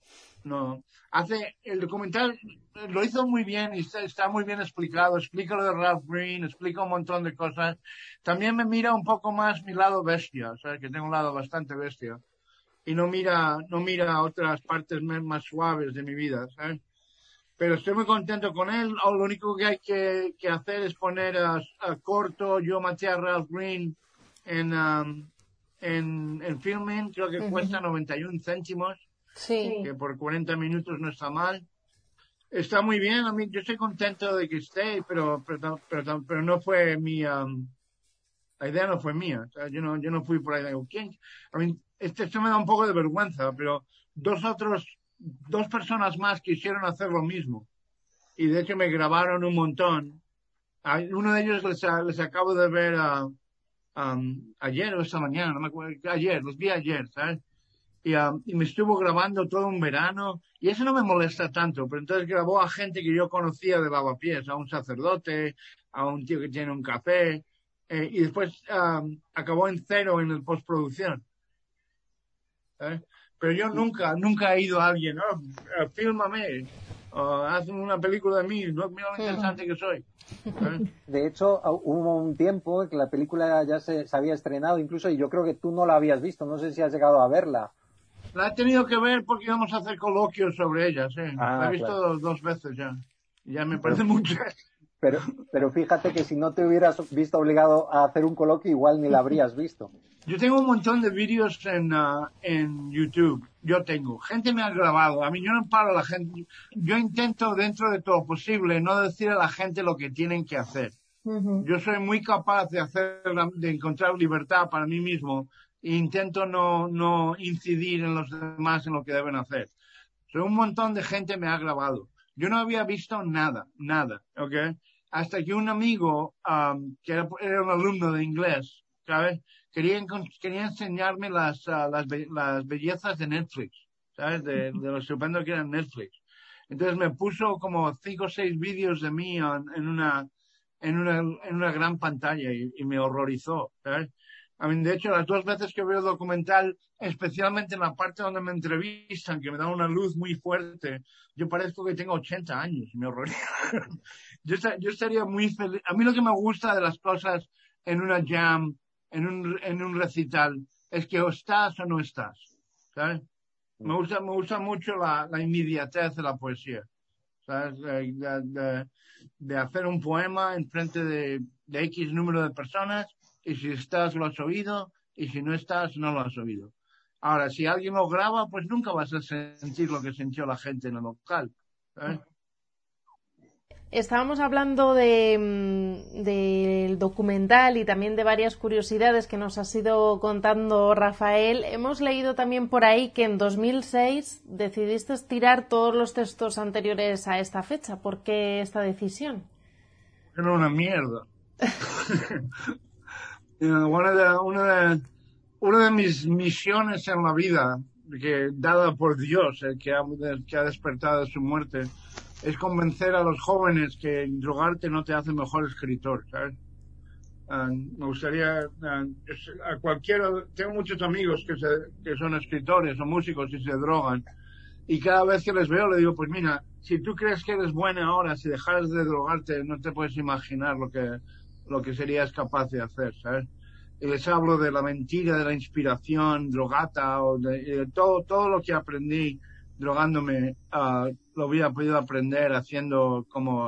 S13: El documental lo hizo muy bien y está muy bien explicado, explica lo de Ralph Greene, explica un montón de cosas. También me mira un poco más mi lado bestia, ¿sabes? Que tengo un lado bastante bestia. Y no mira otras partes más suaves de mi vida, ¿sabes? Pero estoy muy contento con él. Lo único que hay que hacer es poner a corto Yo maté a Ralph Greene en Filmin, creo que cuesta 91 céntimos.
S12: Sí.
S13: Que por 40 minutos no está mal. Está muy bien, a mí yo estoy contento de que esté, pero no fue mi la idea no fue mía. O sea, yo no fui por ahí. Digo, ¿quién? A mí esto me da un poco de vergüenza, pero dos personas más quisieron hacer lo mismo y de hecho me grabaron un montón. Uno de ellos les acabo de ver ayer o esta mañana, no me acuerdo, los vi ayer, ¿sabes? Y me estuvo grabando todo un verano, y eso no me molesta tanto, pero entonces grabó a gente que yo conocía de Lavapiés, a un sacerdote, a un tío que tiene un café, y después acabó en 0 en el postproducción. Pero yo nunca he ido a alguien, fílmame, haz una película de mí, mira lo interesante que soy.
S11: De hecho, hubo un tiempo que la película ya se había estrenado incluso, y yo creo que tú no la habías visto, no sé si has llegado a verla.
S13: La he tenido que ver porque íbamos a hacer coloquios sobre ella, sí. La he visto 2 veces ya. Ya me parece mucho.
S11: Pero fíjate que si no te hubieras visto obligado a hacer un coloquio, igual ni la habrías visto.
S13: Yo tengo un montón de vídeos en YouTube. Gente me ha grabado. A mí yo no paro a la gente. Yo intento, dentro de todo posible, no decir a la gente lo que tienen que hacer. Uh-huh. Yo soy muy capaz de encontrar libertad para mí mismo e intento no incidir en los demás en lo que deben hacer. Un montón de gente me ha grabado. Yo no había visto nada, ¿ok? Hasta que un amigo, que era un alumno de inglés, ¿sabes? Quería enseñarme las bellezas de Netflix, ¿sabes? De lo estupendo que era Netflix. Entonces me puso como 5 o 6 vídeos de mí en una gran pantalla y me horrorizó, ¿sabes? De hecho, las 2 veces que veo el documental, especialmente en la parte donde me entrevistan, que me dan una luz muy fuerte, yo parezco que tengo 80 años, me horroriza. Yo estaría muy feliz. A mí lo que me gusta de las cosas en una jam, en un recital, es que o estás o no estás, ¿sabes? Me gusta mucho la inmediatez de la poesía, ¿sabes? De hacer un poema en frente de X número de personas, y si estás lo has oído, y si no estás no lo has oído. Ahora, si alguien lo graba, pues nunca vas a sentir lo que sintió la gente en el local, ¿sabes?
S12: Estábamos hablando del documental y también de varias curiosidades que nos has ido contando, Rafael. Hemos leído también por ahí que en 2006 decidiste tirar todos los textos anteriores a esta fecha. ¿Por qué esta decisión?
S13: Era una mierda. Una de mis misiones en la vida, dada por Dios, que ha despertado de su muerte, es convencer a los jóvenes que drogarte no te hace mejor escritor, ¿sabes? Me gustaría, a cualquiera, tengo muchos amigos que son escritores o músicos y se drogan, y cada vez que les veo le digo, pues mira, si tú crees que eres buena ahora, si dejaras de drogarte, no te puedes imaginar lo que serías capaz de hacer, ¿sabes? Y les hablo de la mentira, de la inspiración, drogata, o de todo lo que aprendí drogándome, lo hubiera podido aprender haciendo como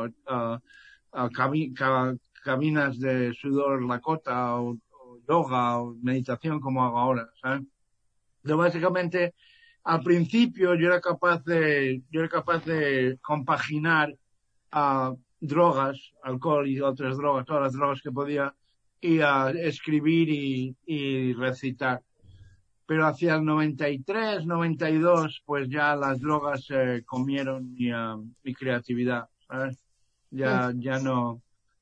S13: cabinas de sudor Lakota o yoga o meditación como hago ahora, ¿sabes? Yo básicamente, al principio yo era capaz de compaginar drogas, alcohol y otras drogas, todas las drogas que podía, y escribir y recitar. Pero hacia el 93, 92, pues ya las drogas comieron mi creatividad, ¿sabes? Ya no,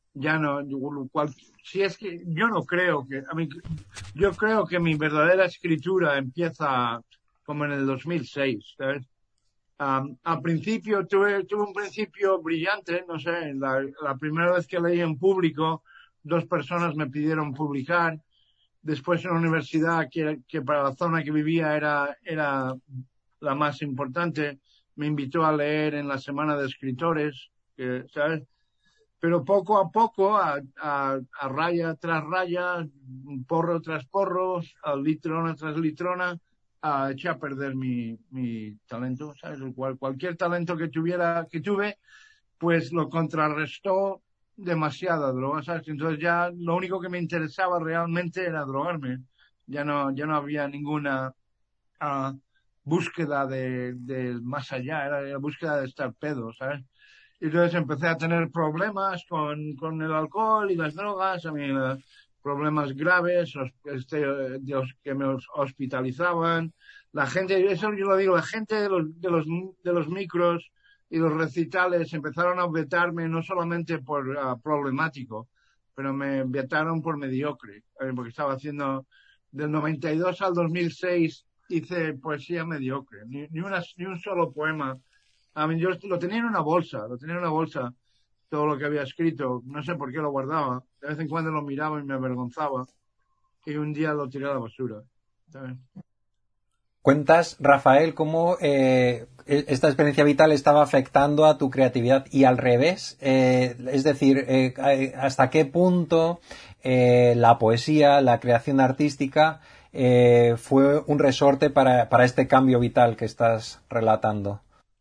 S13: si es que yo no creo yo creo que mi verdadera escritura empieza como en el 2006, ¿sabes? Al principio tuve un principio brillante, no sé, la primera vez que leí en público, 2 personas me pidieron publicar. Después en la universidad, que para la zona que vivía era la más importante, me invitó a leer en la semana de escritores, ¿sabes? Pero poco a poco, a raya tras raya, porro tras porro, litrona tras litrona, eché a perder mi talento, ¿sabes? Cualquier talento que tuve, pues lo contrarrestó demasiada droga, ¿sabes? Entonces ya lo único que me interesaba realmente era drogarme. Ya no había ninguna búsqueda de más allá, era la búsqueda de estar pedo, ¿sabes? Y entonces empecé a tener problemas con el alcohol y las drogas, problemas graves, los que me hospitalizaban. La gente, eso yo lo digo, la gente de los micros y los recitales empezaron a vetarme no solamente por problemático, pero me vetaron por mediocre, porque estaba haciendo del 92 al 2006 hice poesía mediocre, ni un solo poema. Yo lo tenía en una bolsa, todo lo que había escrito, no sé por qué lo guardaba, de vez en cuando lo miraba y me avergonzaba, y un día lo tiré a la basura, ¿sabes?
S11: Cuentas, Rafael, cómo esta experiencia vital estaba afectando a tu creatividad y al revés. Es decir, hasta qué punto la poesía, la creación artística fue un resorte para este cambio vital que estás relatando.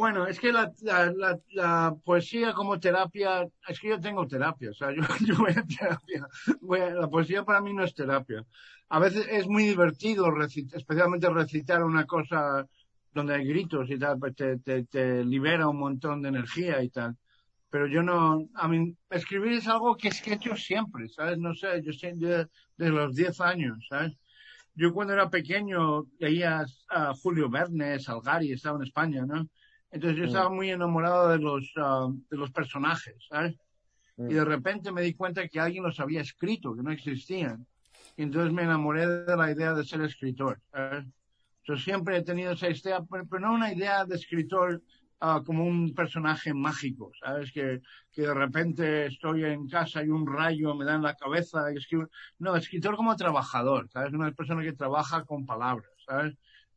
S13: Bueno, es que la poesía como terapia, es que yo tengo terapia, o sea, yo voy a terapia. La poesía para mí no es terapia. A veces es muy divertido, especialmente recitar una cosa donde hay gritos y tal, pues te libera un montón de energía y tal. Pero yo no, escribir es algo que he hecho siempre, ¿sabes? No sé, yo sé desde los 10 años, ¿sabes? Yo cuando era pequeño leía a Julio Verne, Salgari, estaba en España, ¿no? Entonces yo estaba muy enamorado de los personajes, ¿sabes? Y de repente me di cuenta que alguien los había escrito, que no existían. Y entonces me enamoré de la idea de ser escritor, ¿sabes? Yo siempre he tenido esa idea, pero no una idea de escritor como un personaje mágico, ¿sabes? Que de repente estoy en casa y un rayo me da en la cabeza y escribo. No, escritor como trabajador, ¿sabes? Una persona que trabaja con palabras, ¿sabes?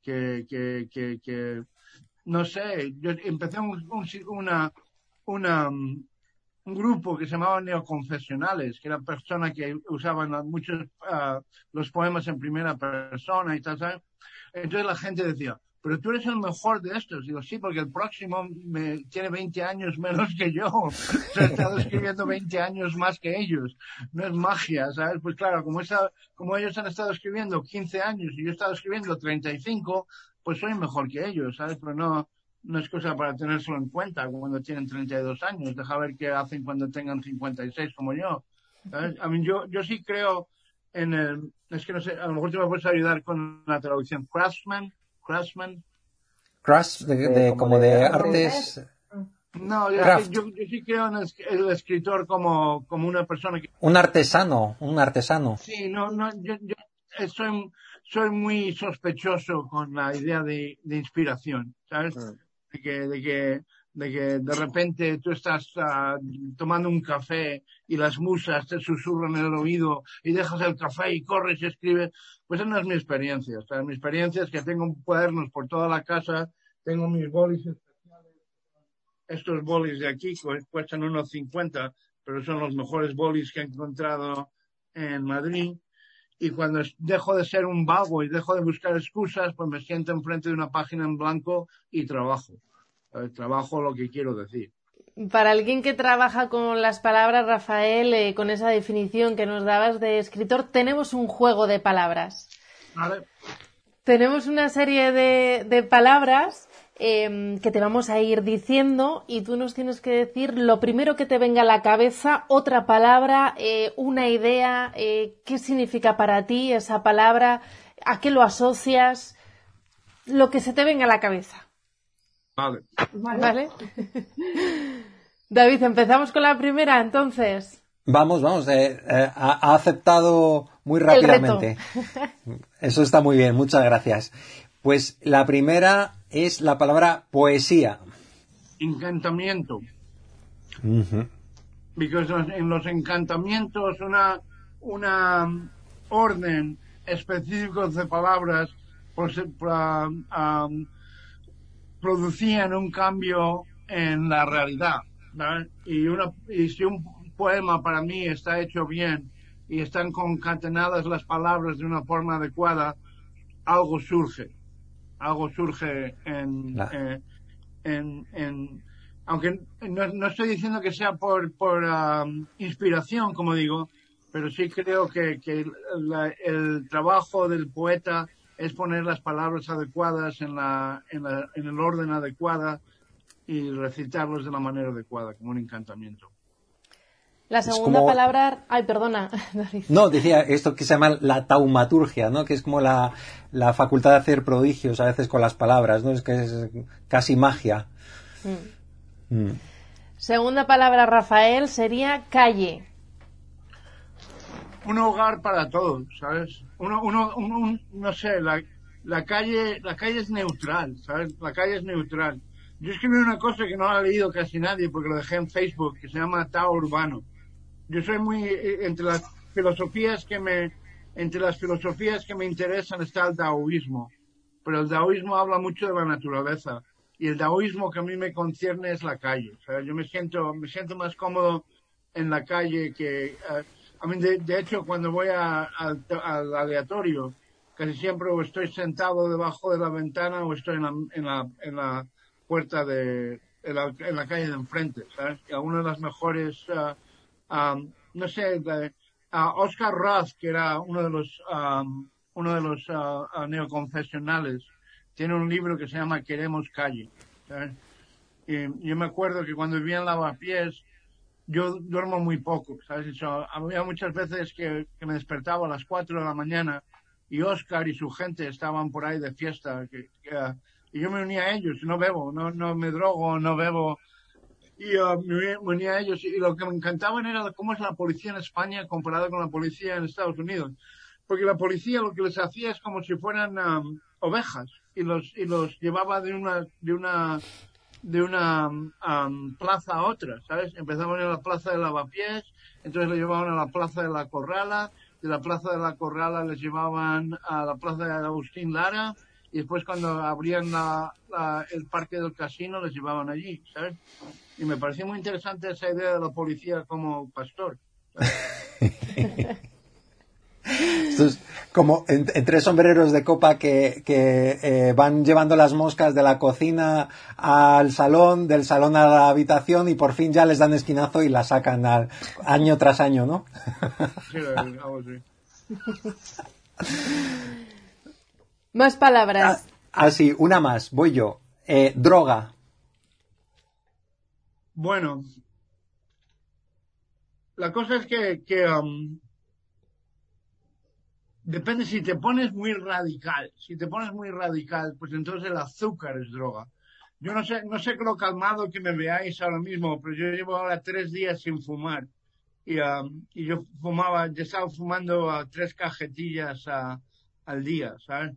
S13: Que no sé, yo empecé un grupo que se llamaba Neoconfesionales, que eran personas que usaban muchos los poemas en primera persona y tal, ¿sabes? Entonces la gente decía, pero tú eres el mejor de estos. Digo, sí, porque el próximo tiene 20 años menos que yo. O sea, he estado escribiendo 20 años más que ellos. No es magia, ¿sabes? Pues claro, como ellos han estado escribiendo 15 años y yo he estado escribiendo 35, pues soy mejor que ellos, ¿sabes? Pero no es cosa para tenérselo en cuenta cuando tienen 32 años. Deja ver qué hacen cuando tengan 56 como yo, ¿sabes? Yo sí creo es que no sé, a lo mejor te me puedes ayudar con la traducción. Craftsman.
S11: Craft como de artes.
S13: No, yo sí creo en el escritor como una persona que...
S11: Un artesano.
S13: Sí, yo soy muy sospechoso con la idea de inspiración, ¿sabes? De que de repente tú estás tomando un café y las musas te susurran en el oído y dejas el café y corres y escribes. Pues esa no es mi experiencia. O sea, mi experiencia es que tengo cuadernos por toda la casa, tengo mis bolis especiales. Estos bolis de aquí cuestan unos 50, pero son los mejores bolis que he encontrado en Madrid. Y cuando dejo de ser un vago y dejo de buscar excusas, pues me siento enfrente de una página en blanco y trabajo. Trabajo lo que quiero decir.
S12: Para alguien que trabaja con las palabras, Rafael, con esa definición que nos dabas de escritor, tenemos un juego de palabras.
S13: Vale.
S12: Tenemos una serie de palabras que te vamos a ir diciendo y tú nos tienes que decir lo primero que te venga a la cabeza, otra palabra, una idea, qué significa para ti esa palabra, a qué lo asocias, lo que se te venga a la cabeza. Vale. David, empezamos con la primera, entonces.
S11: Vamos, ha aceptado muy rápidamente. Eso está muy bien, muchas gracias. Pues la primera es la palabra poesía.
S13: Encantamiento.
S11: Uh-huh.
S13: Porque en los encantamientos una orden específica de palabras producían un cambio en la realidad, ¿verdad? Y si un poema para mí está hecho bien y están concatenadas las palabras de una forma adecuada, algo surge aunque no estoy diciendo que sea por inspiración, como digo, pero sí creo que el trabajo del poeta es poner las palabras adecuadas en el orden adecuado y recitarlos de la manera adecuada, como un encantamiento.
S12: La segunda palabra... Ay, perdona.
S11: No, decía esto que se llama la taumaturgia, ¿no? Que es como la facultad de hacer prodigios a veces con las palabras, ¿no? Es que es casi magia.
S12: Segunda palabra, Rafael, sería calle.
S13: Un hogar para todos, ¿sabes? No sé, la calle es neutral, ¿sabes? La calle es neutral. Yo escribí una cosa que no la ha leído casi nadie porque lo dejé en Facebook, que se llama Tao Urbano. Yo soy muy, entre las filosofías que me interesan está el taoísmo, pero el taoísmo habla mucho de la naturaleza y el taoísmo que a mí me concierne es la calle. O sea, yo me siento más cómodo en la calle que, de hecho, cuando voy al aleatorio, casi siempre o estoy sentado debajo de la ventana o estoy en la puerta en la calle de enfrente, ¿sabes? Y algunas de las mejores, no sé, Oscar Roth, que era uno de los neoconfesionales, tiene un libro que se llama Queremos Calle, ¿sabes? Y yo me acuerdo que cuando vivía en Lavapiés, yo duermo muy poco, ¿sabes? Había muchas veces que me despertaba a las 4 de la mañana y Oscar y su gente estaban por ahí de fiesta, y yo me unía a ellos, no bebo, no me drogo, no bebo, y me unía a ellos, y lo que me encantaban era cómo es la policía en España comparada con la policía en Estados Unidos, porque la policía lo que les hacía es como si fueran ovejas, y los llevaba de una plaza a otra, ¿sabes? Empezaban en la plaza de Lavapiés, entonces le llevaban a la plaza de la Corrala, de la plaza de la Corrala les llevaban a la plaza de Agustín Lara, y después cuando abrían el parque del casino les llevaban allí, ¿sabes? Y me pareció muy interesante esa idea de la policía como pastor, ¿sabes?
S11: Esto es como en tres sombreros de copa que van llevando las moscas de la cocina al salón, del salón a la habitación y por fin ya les dan esquinazo y la sacan año tras año, ¿no?
S13: Sí, algo así.
S12: Más palabras.
S11: Sí, una más, voy yo. Droga.
S13: Bueno, la cosa es que depende si te pones muy radical. Si te pones muy radical, pues entonces el azúcar es droga. Yo no sé lo calmado que me veáis ahora mismo, pero yo llevo ahora 3 días sin fumar. Y yo estaba fumando 3 cajetillas al día, ¿sabes?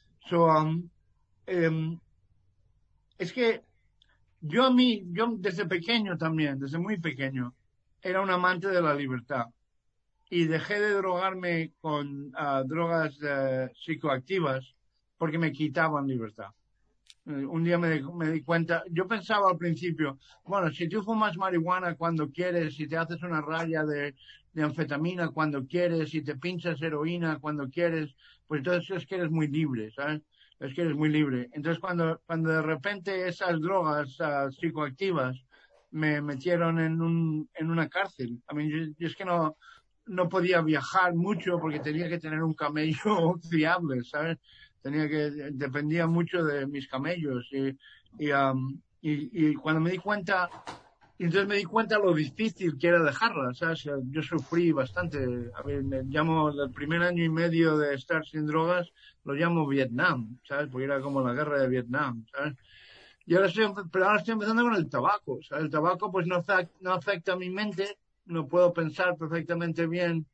S13: Es que yo desde pequeño también, desde muy pequeño, era un amante de la libertad. Y dejé de drogarme con drogas psicoactivas porque me quitaban libertad. Un día me di cuenta, yo pensaba al principio, bueno, si tú fumas marihuana cuando quieres, si te haces una raya de anfetamina cuando quieres, si te pinchas heroína cuando quieres, pues entonces es que eres muy libre, ¿sabes? Es que eres muy libre. Entonces cuando de repente esas drogas psicoactivas me metieron en una cárcel, a mí yo es que no podía viajar mucho porque tenía que tener un camello fiable, ¿sabes? Dependía mucho de mis camellos y cuando me di cuenta, entonces me di cuenta lo difícil que era dejarla, ¿sabes? Yo sufrí bastante. A ver, el primer año y medio de estar sin drogas lo llamo Vietnam, ¿sabes? Porque era como la guerra de Vietnam, ¿sabes? Pero ahora estoy empezando con el tabaco, ¿sabes? El tabaco pues no afecta a mi mente, no puedo pensar perfectamente bien,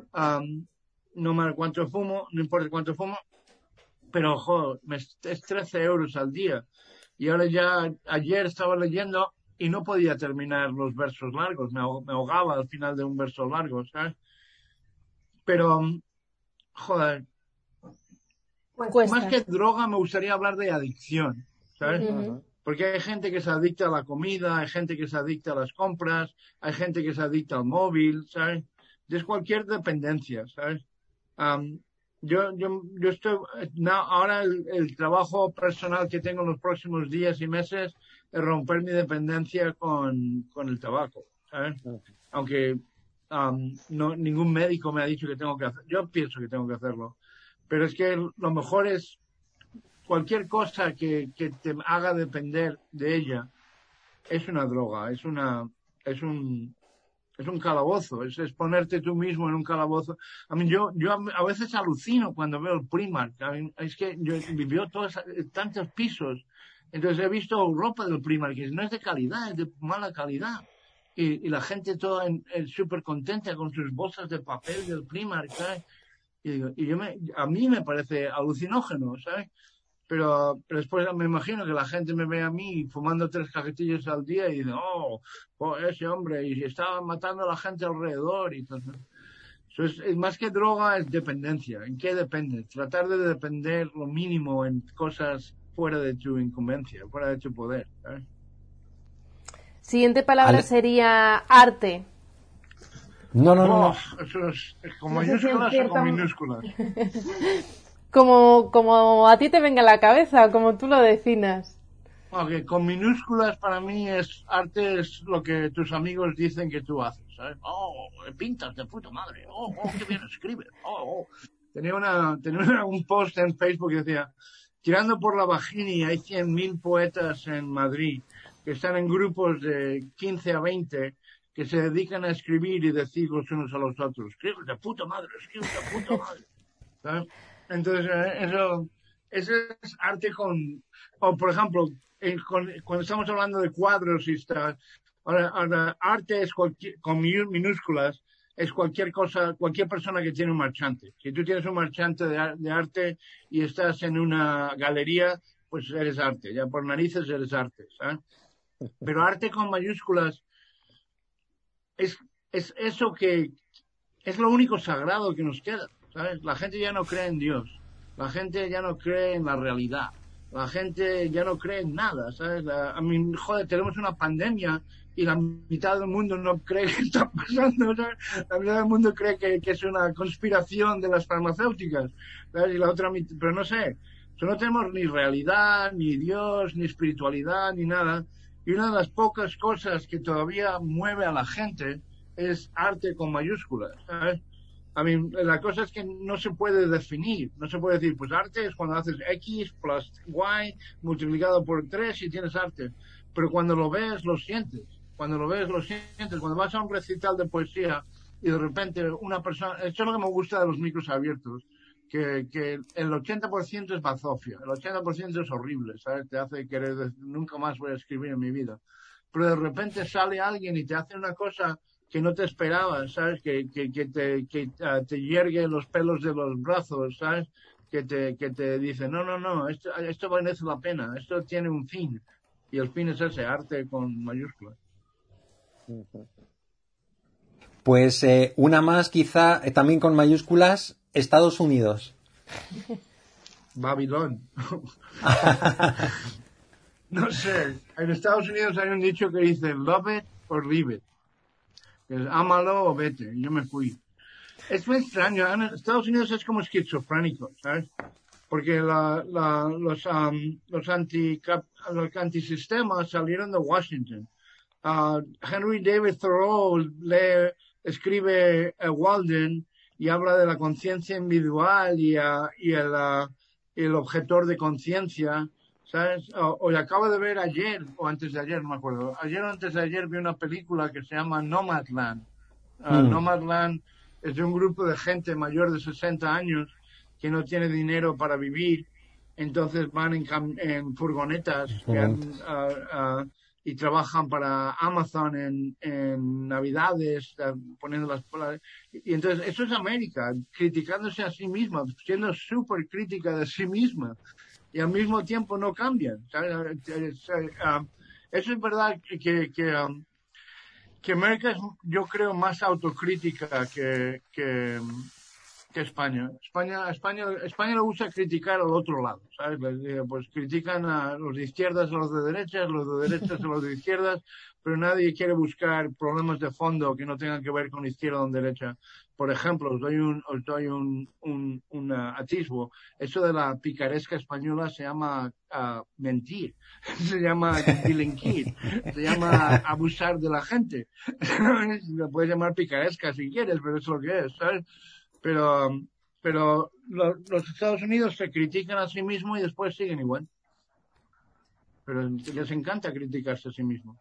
S13: no me cuánto fumo, no importa cuánto fumo, pero joder, es 13 euros al día. Y ahora ayer estaba leyendo y no podía terminar los versos largos, me ahogaba al final de un verso largo, ¿sabes? Pero, joder, más que droga me gustaría hablar de adicción, ¿sabes? Uh-huh. Porque hay gente que se adicta a la comida, hay gente que se adicta a las compras, hay gente que se adicta al móvil, ¿sabes? Es cualquier dependencia, ¿sabes? Yo estoy, ahora el trabajo personal que tengo en los próximos días y meses es romper mi dependencia con el tabaco, ¿sabes? Aunque ningún médico me ha dicho que tengo que hacerlo. Yo pienso que tengo que hacerlo. Pero es que lo mejor es cualquier cosa que te haga depender de ella es una droga, es un calabozo, es ponerte tú mismo en un calabozo. A mí yo a veces alucino cuando veo el Primark. Es que yo vivió tantos pisos, entonces he visto ropa del Primark que no es de calidad, es de mala calidad. Y la gente toda súper contenta con sus bolsas de papel del Primark, ¿sabes? A mí me parece alucinógeno, ¿sabes? Pero después me imagino que la gente me ve a mí fumando 3 cajetillas al día y dice, ese hombre, y estaba matando a la gente alrededor. Y todo. Eso es más que droga, es dependencia. ¿En qué depende? Tratar de depender lo mínimo en cosas fuera de tu incumbencia, fuera de tu poder, ¿sabes?
S12: Siguiente palabra sería arte.
S11: No.
S13: Eso es con mayúsculas o con minúsculas.
S12: Como a ti te venga a la cabeza, como tú lo definas.
S13: Okay, con minúsculas para mí arte es lo que tus amigos dicen que tú haces, ¿sabes? Oh, pintas de puta madre. Oh, qué bien escribes. Oh. Tenía un post en Facebook que decía, tirando por la vagina, hay 100.000 poetas en Madrid que están en grupos de 15 a 20 que se dedican a escribir y decir los unos a los otros, escribes de puta madre, ¿sabes? Entonces, eso es arte o por ejemplo, cuando estamos hablando de cuadros y está, ahora arte es con minúsculas, es cualquier cosa, cualquier persona que tiene un marchante. Si tú tienes un marchante de arte y estás en una galería, pues eres arte, ya por narices eres arte, ¿sabes? Pero arte con mayúsculas es eso que es lo único sagrado que nos queda, ¿sabes? La gente ya no cree en Dios, la gente ya no cree en la realidad, la gente ya no cree en nada, ¿sabes? Joder, tenemos una pandemia y la mitad del mundo no cree que está pasando, ¿sabes? La mitad del mundo cree que es una conspiración de las farmacéuticas, ¿sabes? Y la otra mitad, pero no sé, no tenemos ni realidad, ni Dios, ni espiritualidad, ni nada. Y una de las pocas cosas que todavía mueve a la gente es arte con mayúsculas, ¿sabes? La cosa es que no se puede definir, no se puede decir, pues arte es cuando haces X plus Y multiplicado por 3 y tienes arte. Pero cuando lo ves, lo sientes. Cuando lo ves, lo sientes. Cuando vas a un recital de poesía y de repente una persona... Eso es lo que me gusta de los micros abiertos, que el 80% es bazofia, el 80% es horrible, ¿sabes? Te hace querer, nunca más voy a escribir en mi vida. Pero de repente sale alguien y te hace una cosa que no te esperabas, ¿sabes? Que te hiergue los pelos de los brazos, ¿sabes? Que te dice, no, esto merece la pena, esto tiene un fin. Y el fin es ese, arte con mayúsculas.
S11: Pues una más quizá, también con mayúsculas, Estados Unidos.
S13: Babilón. No sé, en Estados Unidos hay un dicho que dice, love it or leave it. Ámalo o vete. Yo me fui. Es muy extraño. En Estados Unidos es como esquizofrénico, ¿sabes? Porque los antisistemas salieron de Washington. Henry David Thoreau escribe Walden y habla de la conciencia individual y el objetor de conciencia, ¿sabes? O acabo de ver ayer, o antes de ayer, no me acuerdo. Ayer o antes de ayer vi una película que se llama Nomadland. Nomadland es de un grupo de gente mayor de 60 años que no tiene dinero para vivir, entonces van en furgonetas y trabajan para Amazon en Navidades, poniendo y entonces eso es América, criticándose a sí misma, siendo súper crítica de sí misma, y al mismo tiempo no cambian, ¿sabes? Eso es verdad que América es, yo creo, más autocrítica que España. España lo usa criticar al otro lado, ¿sabes? Pues critican a los de izquierdas a los de derechas, los de derechas a los de izquierdas, pero nadie quiere buscar problemas de fondo que no tengan que ver con izquierda o derecha. Por ejemplo, os doy un atisbo. Eso de la picaresca española se llama mentir, se llama delinquir, se llama abusar de la gente. Lo puedes llamar picaresca si quieres, pero eso es lo que es, ¿sabes? Pero los Estados Unidos se critican a sí mismos y después siguen igual. Pero les encanta criticarse a sí mismos.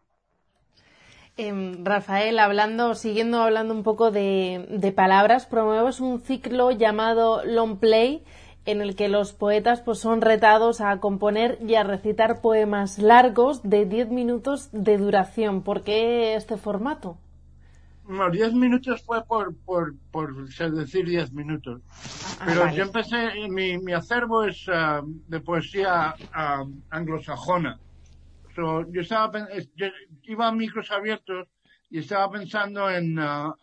S12: Rafael, siguiendo hablando un poco de palabras, promueves un ciclo llamado Long Play, en el que los poetas pues son retados a componer y a recitar poemas largos de 10 minutos de duración. ¿Por qué este formato?
S13: No, 10 minutos fue por decir 10 minutos. Pero vale. Yo empecé, mi acervo es de poesía anglosajona. Yo iba a micros abiertos y estaba pensando en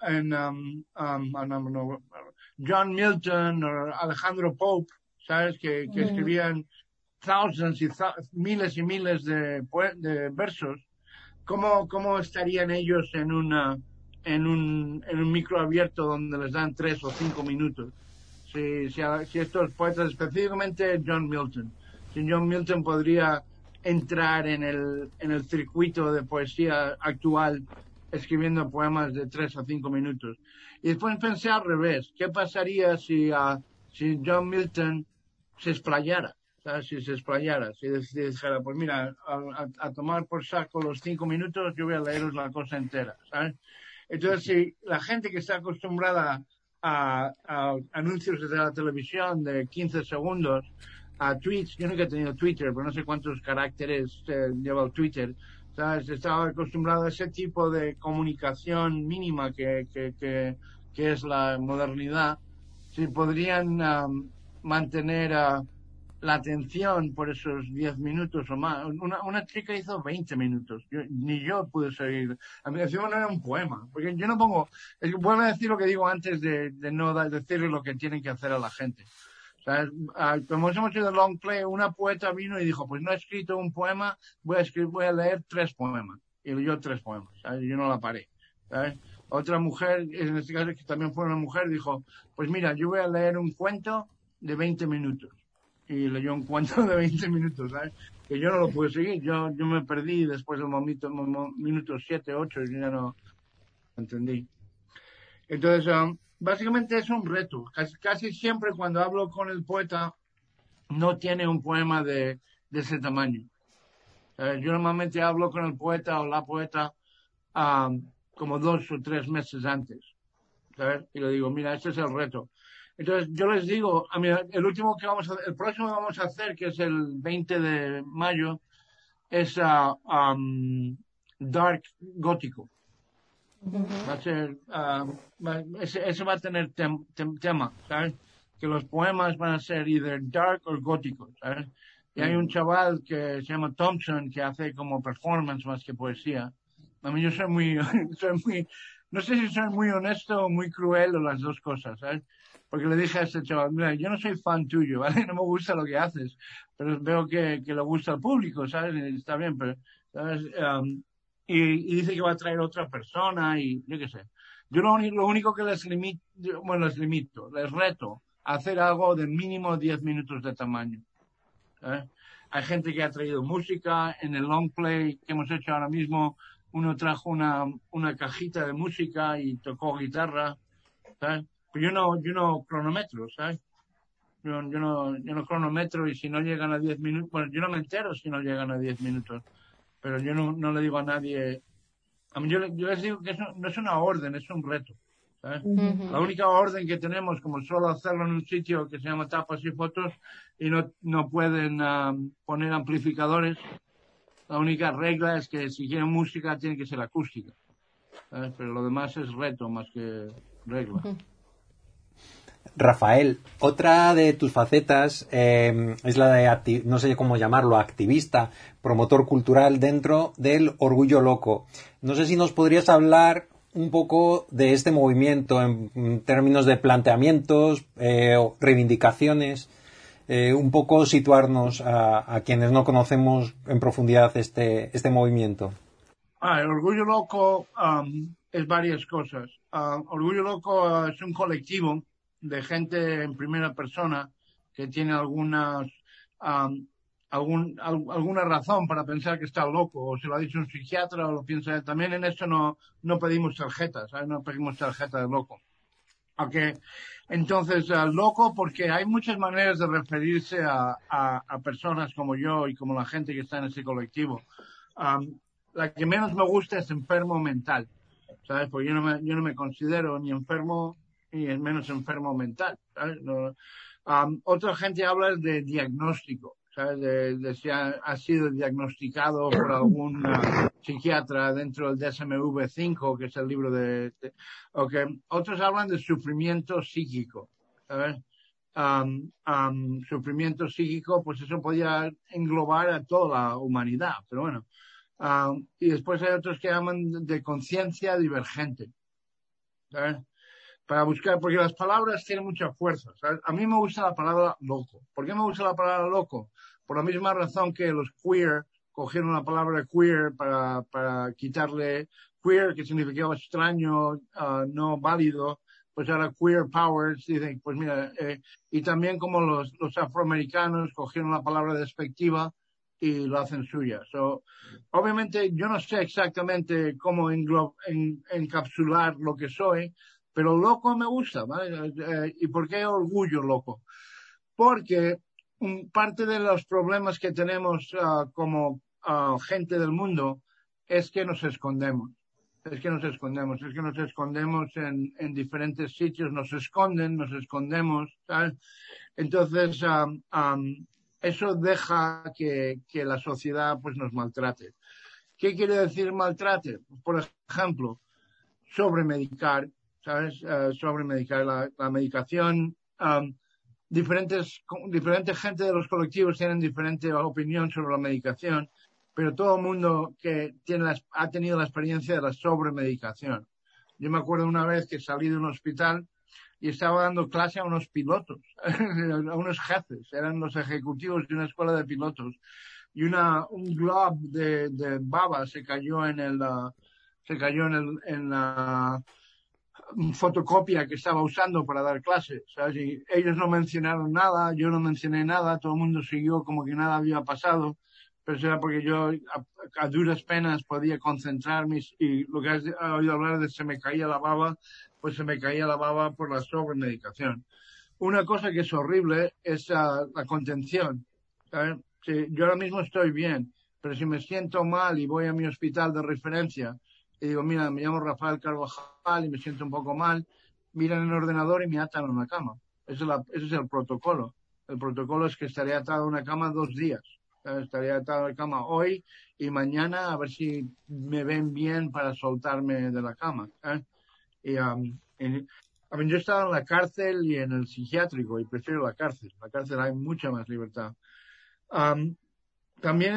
S13: John Milton o Alejandro Pope, ¿sabes? Que escribían miles y miles de versos. ¿Cómo estarían ellos en un micro abierto donde les dan 3 o 5 minutos? Si estos poetas, específicamente John Milton, si John Milton podría entrar en el circuito de poesía actual escribiendo poemas de 3 a 5 minutos. Y después pensé al revés, ¿qué pasaría si John Milton se explayara? ¿Sabes? Si se explayara, si dijera, pues mira, a tomar por saco los 5 minutos, yo voy a leeros la cosa entera, ¿sabes? Entonces, si la gente que está acostumbrada a anuncios desde la televisión de 15 segundos, a tweets, yo nunca he tenido Twitter, pero no sé cuántos caracteres lleva el Twitter, ¿sabes? Estaba acostumbrado a ese tipo de comunicación mínima que es la modernidad. Si podrían mantener la atención por esos 10 minutos o más. Una chica hizo 20 minutos. Ni yo pude seguir. A mí encima no era un poema. Porque yo no pongo... Vuelvo a decir lo que digo antes de no decirle lo que tienen que hacer a la gente. ¿Sabes? Como hemos hecho de long play, una poeta vino y dijo, pues no he escrito un poema, voy a leer 3 poemas. Y leyó 3 poemas. ¿Sabes? Yo no la paré. ¿Sabes? Otra mujer, en este caso que también fue una mujer, dijo, pues mira, yo voy a leer un cuento de 20 minutos. Y leyó un cuento de 20 minutos, ¿sabes? Que yo no lo pude seguir. Yo me perdí después del minuto 7, 8, y ya no entendí. Entonces, básicamente es un reto. Casi siempre cuando hablo con el poeta, no tiene un poema de ese tamaño. Yo normalmente hablo con el poeta o la poeta como 2 o 3 meses antes, ¿sabes? Y le digo, mira, este es el reto. Entonces, yo les digo, el próximo que vamos a hacer, que es el 20 de mayo, es dark gótico. Va a ser, ese va a tener tema, ¿sabes? Que los poemas van a ser either dark o góticos, ¿sabes? Y hay un chaval que se llama Thompson que hace como performance más que poesía. A mí yo soy muy, no sé si soy muy honesto o muy cruel o las dos cosas, ¿sabes? Porque le dije a este chaval, mira, yo no soy fan tuyo, ¿vale? No me gusta lo que haces, pero veo que le gusta al público, ¿sabes? Y está bien, pero, ¿sabes? Y dice que va a traer otra persona y yo qué sé. Yo lo único que les reto a hacer algo de mínimo 10 minutos de tamaño. ¿Sabes? Hay gente que ha traído música, en el long play que hemos hecho ahora mismo, uno trajo una cajita de música y tocó guitarra, ¿sabes? Pero yo no cronometro, ¿sabes? Yo no cronometro y si no llegan a 10 minutos, bueno, yo no me entero si no llegan a 10 minutos, pero yo no le digo a nadie, a mí yo les digo que eso no es una orden, es un reto, ¿sabes? La única orden que tenemos, como solo hacerlo en un sitio que se llama Tapas y Fotos y no pueden poner amplificadores, la única regla es que si quieren música tiene que ser acústica, ¿sabes? Pero lo demás es reto más que regla.
S11: Rafael, otra de tus facetas es la de, no sé cómo llamarlo, activista, promotor cultural dentro del Orgullo Loco. No sé si nos podrías hablar un poco de este movimiento en términos de planteamientos, reivindicaciones, un poco situarnos a quienes no conocemos en profundidad este movimiento.
S13: El Orgullo Loco es varias cosas. Orgullo Loco es un colectivo de gente en primera persona que tiene alguna razón para pensar que está loco, o se lo ha dicho un psiquiatra o lo piensa él. También en esto no pedimos tarjetas, ¿sabes? No pedimos tarjeta de loco. Okay. Entonces, loco porque hay muchas maneras de referirse a personas como yo y como la gente que está en ese colectivo. La que menos me gusta es enfermo mental, ¿sabes? Porque yo no me considero ni enfermo y es menos enfermo mental, ¿sabes? Otra gente habla de diagnóstico, ¿sabes? De si ha sido diagnosticado por algún psiquiatra dentro del DSM-5, que es el libro okay. Otros hablan de sufrimiento psíquico, ¿sabes? Sufrimiento psíquico, pues eso podía englobar a toda la humanidad, pero bueno. Y después hay otros que hablan de conciencia divergente, ¿sabes? Para buscar, porque las palabras tienen mucha fuerza, ¿sabes? A mí me gusta la palabra loco. ¿Por qué me gusta la palabra loco? Por la misma razón que los queer cogieron la palabra queer para quitarle queer, que significaba extraño, no válido, pues ahora queer powers, dicen, pues mira, y también como los afroamericanos cogieron la palabra despectiva y lo hacen suya. Obviamente yo no sé exactamente cómo encapsular lo que soy, pero loco me gusta, ¿vale? ¿Y por qué orgullo loco? Porque parte de los problemas que tenemos como gente del mundo es que nos escondemos. Es que nos escondemos en diferentes sitios, nos escondemos, ¿sabes? Entonces, eso deja que la sociedad pues nos maltrate. ¿Qué quiere decir maltrate? Por ejemplo, sobremedicar, ¿sabes? Sobremedicar la medicación. Diferente gente de los colectivos tienen diferente opinión sobre la medicación, pero todo el mundo que ha tenido la experiencia de la sobremedicación. Yo me acuerdo una vez que salí de un hospital y estaba dando clase a unos pilotos, a unos jefes, eran los ejecutivos de una escuela de pilotos, y un glob de baba se cayó en la fotocopia que estaba usando para dar clases, ¿sabes? Y ellos no mencionaron nada, yo no mencioné nada, todo el mundo siguió como que nada había pasado, pero eso era porque yo a duras penas podía concentrarme, y lo que has oído hablar de se me caía la baba, pues se me caía la baba por la sobremedicación. Una cosa que es horrible es la contención, ¿sabes? Si yo ahora mismo estoy bien, pero si me siento mal y voy a mi hospital de referencia y digo, mira, me llamo Rafael Carvajal y me siento un poco mal, miran en el ordenador y me atan a una cama. Ese es el protocolo. El protocolo es que estaré atado a una cama 2 días. Estaría atado a la cama hoy y mañana a ver si me ven bien para soltarme de la cama. Yo he estado en la cárcel y en el psiquiátrico y prefiero la cárcel. En la cárcel hay mucha más libertad. También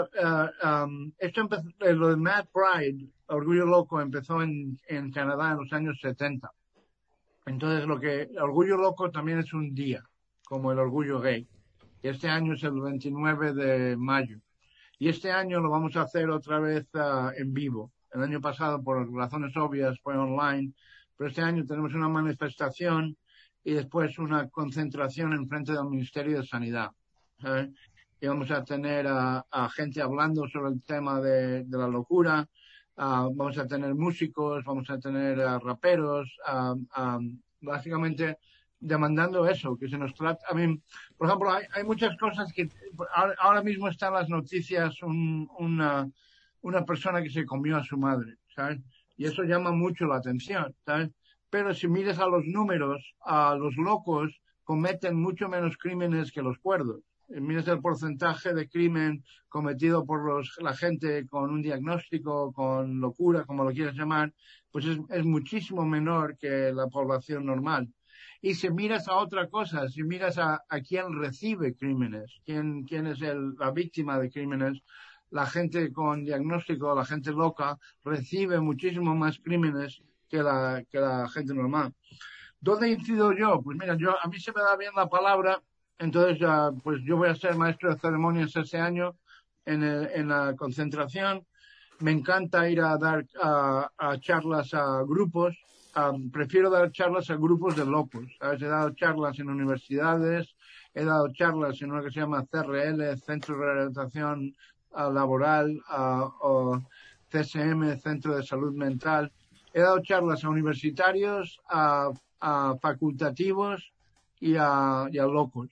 S13: esto empezó, lo de Mad Pride, Orgullo Loco, empezó en Canadá en los años 70. Entonces Orgullo Loco también es un día, como el Orgullo Gay. Y este año es el 29 de mayo. Y este año lo vamos a hacer otra vez en vivo. El año pasado, por razones obvias, fue online. Pero este año tenemos una manifestación y después una concentración en frente del Ministerio de Sanidad. ¿Sabes? Y vamos a tener a gente hablando sobre el tema de la locura. Vamos a tener músicos, vamos a tener raperos, básicamente demandando eso, que se nos trata. Por ejemplo, hay muchas cosas que ahora mismo están las noticias, una persona que se comió a su madre, ¿sabes? Y eso llama mucho la atención, ¿sabes? Pero si miras a los números, los locos cometen mucho menos crímenes que los cuerdos. Miras el porcentaje de crimen cometido por la gente con un diagnóstico, con locura, como lo quieras llamar, pues es muchísimo menor que la población normal. Y si miras a otra cosa, si miras a quién recibe crímenes, quién es la víctima de crímenes, la gente con diagnóstico, la gente loca, recibe muchísimo más crímenes que la gente normal. ¿Dónde incido yo? Pues mira, a mí se me da bien la palabra, entonces pues yo voy a ser maestro de ceremonias ese año en la concentración. Me encanta ir a dar a charlas a grupos. Prefiero dar charlas a grupos de locos. He dado charlas en universidades, he dado charlas en una que se llama CRL, Centro de Rehabilitación Laboral, o CSM, Centro de Salud Mental. He dado charlas a universitarios, a facultativos y a locos.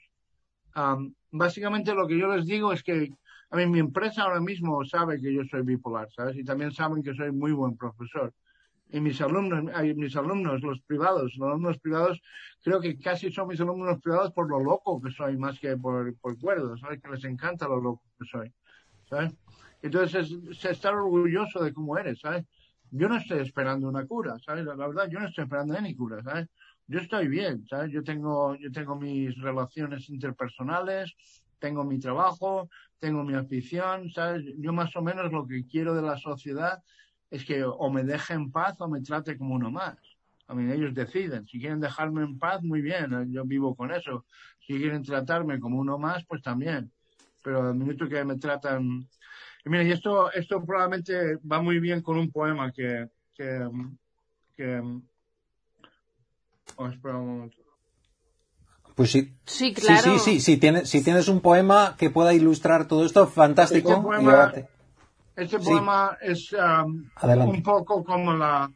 S13: Básicamente lo que yo les digo es que mi empresa ahora mismo sabe que yo soy bipolar, ¿sabes? Y también saben que soy muy buen profesor. Y mis alumnos, los alumnos privados, creo que casi son mis alumnos privados por lo loco que soy, más que por cuerdo, ¿sabes? Que les encanta lo loco que soy, ¿sabes? Entonces es estar orgulloso de cómo eres, ¿sabes? Yo no estoy esperando una cura, ¿sabes? La verdad, yo no estoy esperando any cura, ¿sabes? Yo estoy bien, ¿sabes? Yo tengo mis relaciones interpersonales, tengo mi trabajo, tengo mi afición, ¿sabes? Yo más o menos lo que quiero de la sociedad es que o me deje en paz o me trate como uno más. Ellos deciden. Si quieren dejarme en paz, muy bien, yo vivo con eso. Si quieren tratarme como uno más, pues también. Pero al minuto que me tratan... Y mira, y esto probablemente va muy bien con un poema que espera un momento.
S11: Pues sí.
S12: Sí, claro.
S11: Sí. Si tienes un poema que pueda ilustrar todo esto, fantástico.
S13: Este poema es un poco como bueno,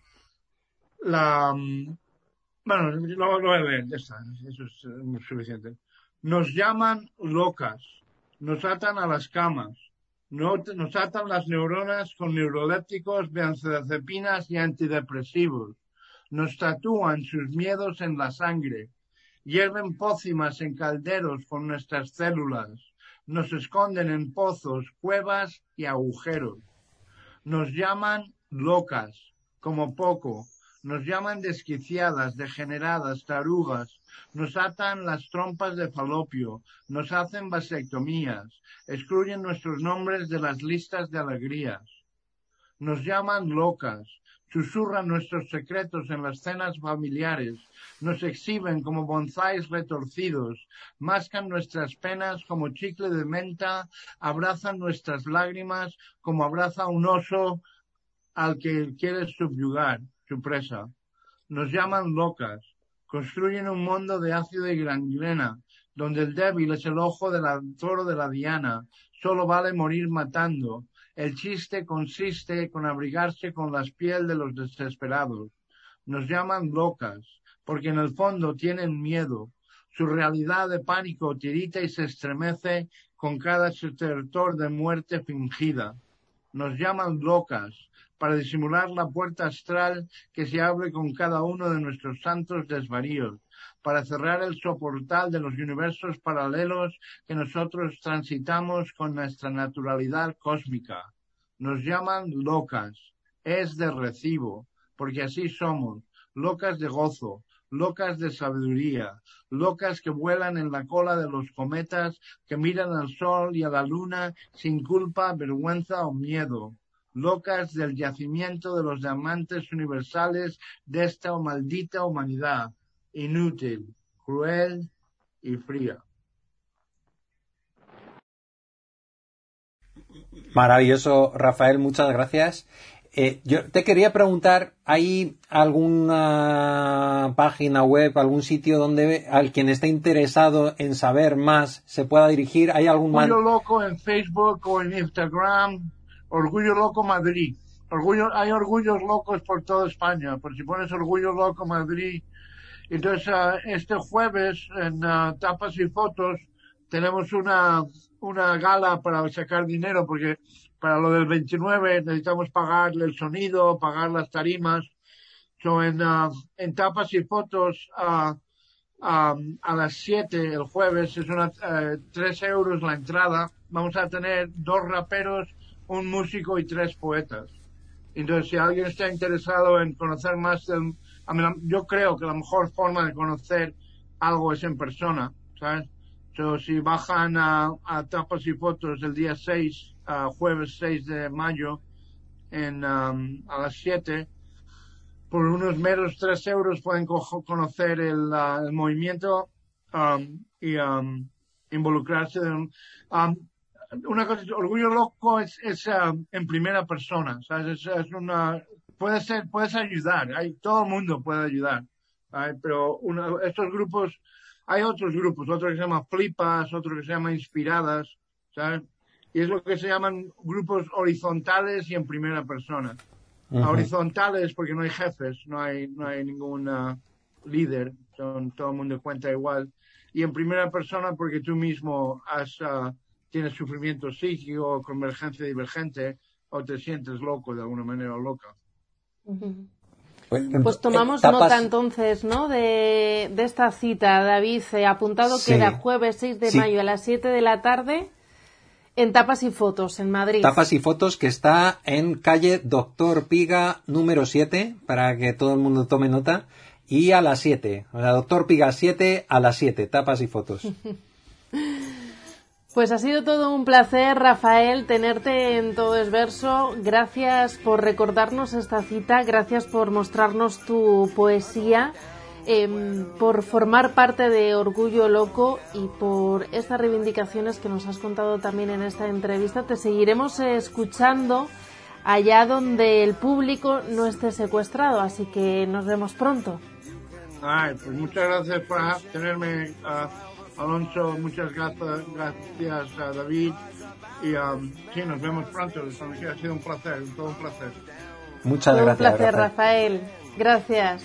S13: lo voy a leer, ya está, eso es suficiente. Nos llaman locas, nos atan a las camas, nos atan las neuronas con neurolépticos, benzodiazepinas y antidepresivos, nos tatúan sus miedos en la sangre, hierven pócimas en calderos con nuestras células, nos esconden en pozos, cuevas y agujeros. Nos llaman locas, como poco, nos llaman desquiciadas, degeneradas, tarugas, nos atan las trompas de falopio, nos hacen vasectomías, excluyen nuestros nombres de las listas de alegrías. Nos llaman locas, susurran nuestros secretos en las cenas familiares, nos exhiben como bonzáis retorcidos, mascan nuestras penas como chicle de menta, abrazan nuestras lágrimas como abraza un oso al que quiere subyugar su presa. Nos llaman locas, construyen un mundo de ácido y gangrena, donde el débil es el ojo del toro de la diana, solo vale morir matando. El chiste consiste con abrigarse con las pieles de los desesperados. Nos llaman locas, porque en el fondo tienen miedo. Su realidad de pánico tirita y se estremece con cada estertor de muerte fingida. Nos llaman locas, para disimular la puerta astral que se abre con cada uno de nuestros santos desvaríos, para cerrar el soportal de los universos paralelos que nosotros transitamos con nuestra naturalidad cósmica. Nos llaman locas, es de recibo, porque así somos, locas de gozo, locas de sabiduría, locas que vuelan en la cola de los cometas, que miran al sol y a la luna sin culpa, vergüenza o miedo. Locas del yacimiento de los diamantes universales de esta maldita humanidad, inútil, cruel y fría.
S11: Maravilloso, Rafael, muchas gracias. Yo te quería preguntar, ¿hay alguna página web, algún sitio donde al quien esté interesado en saber más se pueda dirigir? ¿Hay algún
S13: Orgullo Loco en Facebook o en Instagram? Orgullo Loco Madrid. Hay orgullos locos por toda España. Por si pones Orgullo Loco Madrid. Entonces, este jueves en Tapas y Fotos tenemos una gala para sacar dinero, porque para lo del 29 necesitamos pagar el sonido, pagar las tarimas. En Tapas y Fotos a las 7 el jueves es 3 euros la entrada. Vamos a tener 2 raperos, un músico y 3 poetas. Entonces, si alguien está interesado en conocer más yo creo que la mejor forma de conocer algo es en persona, ¿sabes? Si bajan a Tapas y Fotos el día 6, jueves 6 de mayo, a las 7, por unos meros 3 euros pueden conocer el movimiento y involucrarse. Una cosa, Orgullo Loco es en primera persona, ¿sabes? Puedes ayudar, todo el mundo puede ayudar, ¿sabes? Pero estos grupos, hay otros grupos, otro que se llama Flipas, otro que se llama Inspiradas, ¿sabes? Y es lo que se llaman grupos horizontales y en primera persona. Uh-huh. Horizontales porque no hay jefes, no hay ningún líder, todo el mundo cuenta igual. Y en primera persona porque tú mismo tienes sufrimiento psíquico, convergencia divergente, o te sientes loco de alguna manera, o loca.
S12: Uh-huh. Pues tomamos nota entonces, ¿no? De esta cita, David, apuntado sí. Queda jueves 6 de mayo a las 7 de la tarde en Tapas y Fotos, en Madrid.
S11: Tapas y Fotos, que está en calle Doctor Piga número 7, para que todo el mundo tome nota, y a las 7, o sea, Doctor Piga 7 a las 7, Tapas y Fotos.
S12: Pues ha sido todo un placer, Rafael, tenerte en Todo es Verso. Gracias por recordarnos esta cita, gracias por mostrarnos tu poesía, por formar parte de Orgullo Loco y por estas reivindicaciones que nos has contado también en esta entrevista. Te seguiremos escuchando allá donde el público no esté secuestrado, así que nos vemos pronto.
S13: Ay, pues muchas gracias por tenerme, Alonso. Muchas gracias a David. Y sí, nos vemos pronto. Ha sido un placer, todo un placer.
S11: Muchas gracias.
S12: Un placer, Rafael. Gracias.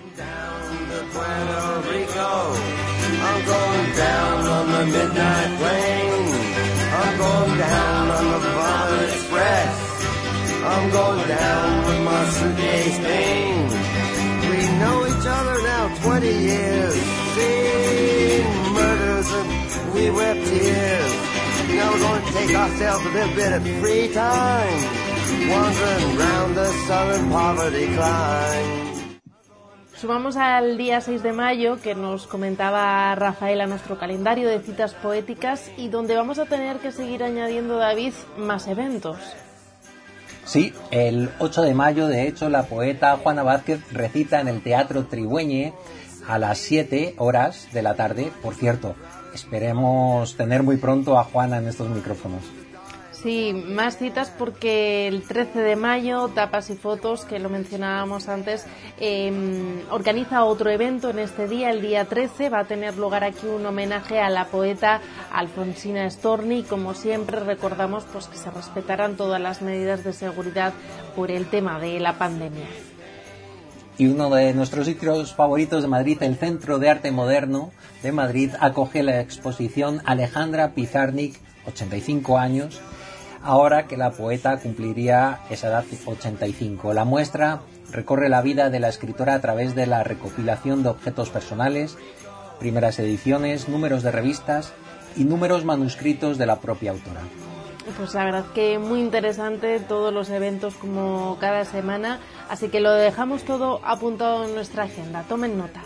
S3: I'm going down on the midnight train. I'm going down on the Bond Express. I'm going down with my suitcase thing. We know each other now 20 years. Seen murders and we wept tears. Now we're going to take ourselves a little bit of free time, wandering round the southern poverty climb.
S12: Sumamos al día 6 de mayo, que nos comentaba Rafael, a nuestro calendario de citas poéticas y donde vamos a tener que seguir añadiendo, David, más eventos.
S11: Sí, el 8 de mayo, de hecho, la poeta Juana Vázquez recita en el Teatro Trigüeñe a las 7 horas de la tarde. Por cierto, esperemos tener muy pronto a Juana en estos micrófonos.
S12: Sí, más citas porque el 13 de mayo, Tapas y Fotos, que lo mencionábamos antes, organiza otro evento en este día, el día 13. Va a tener lugar aquí un homenaje a la poeta Alfonsina Storni y, como siempre, recordamos pues que se respetarán todas las medidas de seguridad por el tema de la pandemia.
S11: Y uno de nuestros sitios favoritos de Madrid, el Centro de Arte Moderno de Madrid, acoge la exposición Alejandra Pizarnik, 85 años, ahora que la poeta cumpliría esa edad, 85. La muestra recorre la vida de la escritora a través de la recopilación de objetos personales, primeras ediciones, números de revistas y números manuscritos de la propia autora.
S12: Pues la verdad que muy interesante todos los eventos como cada semana, así que lo dejamos todo apuntado en nuestra agenda. Tomen nota.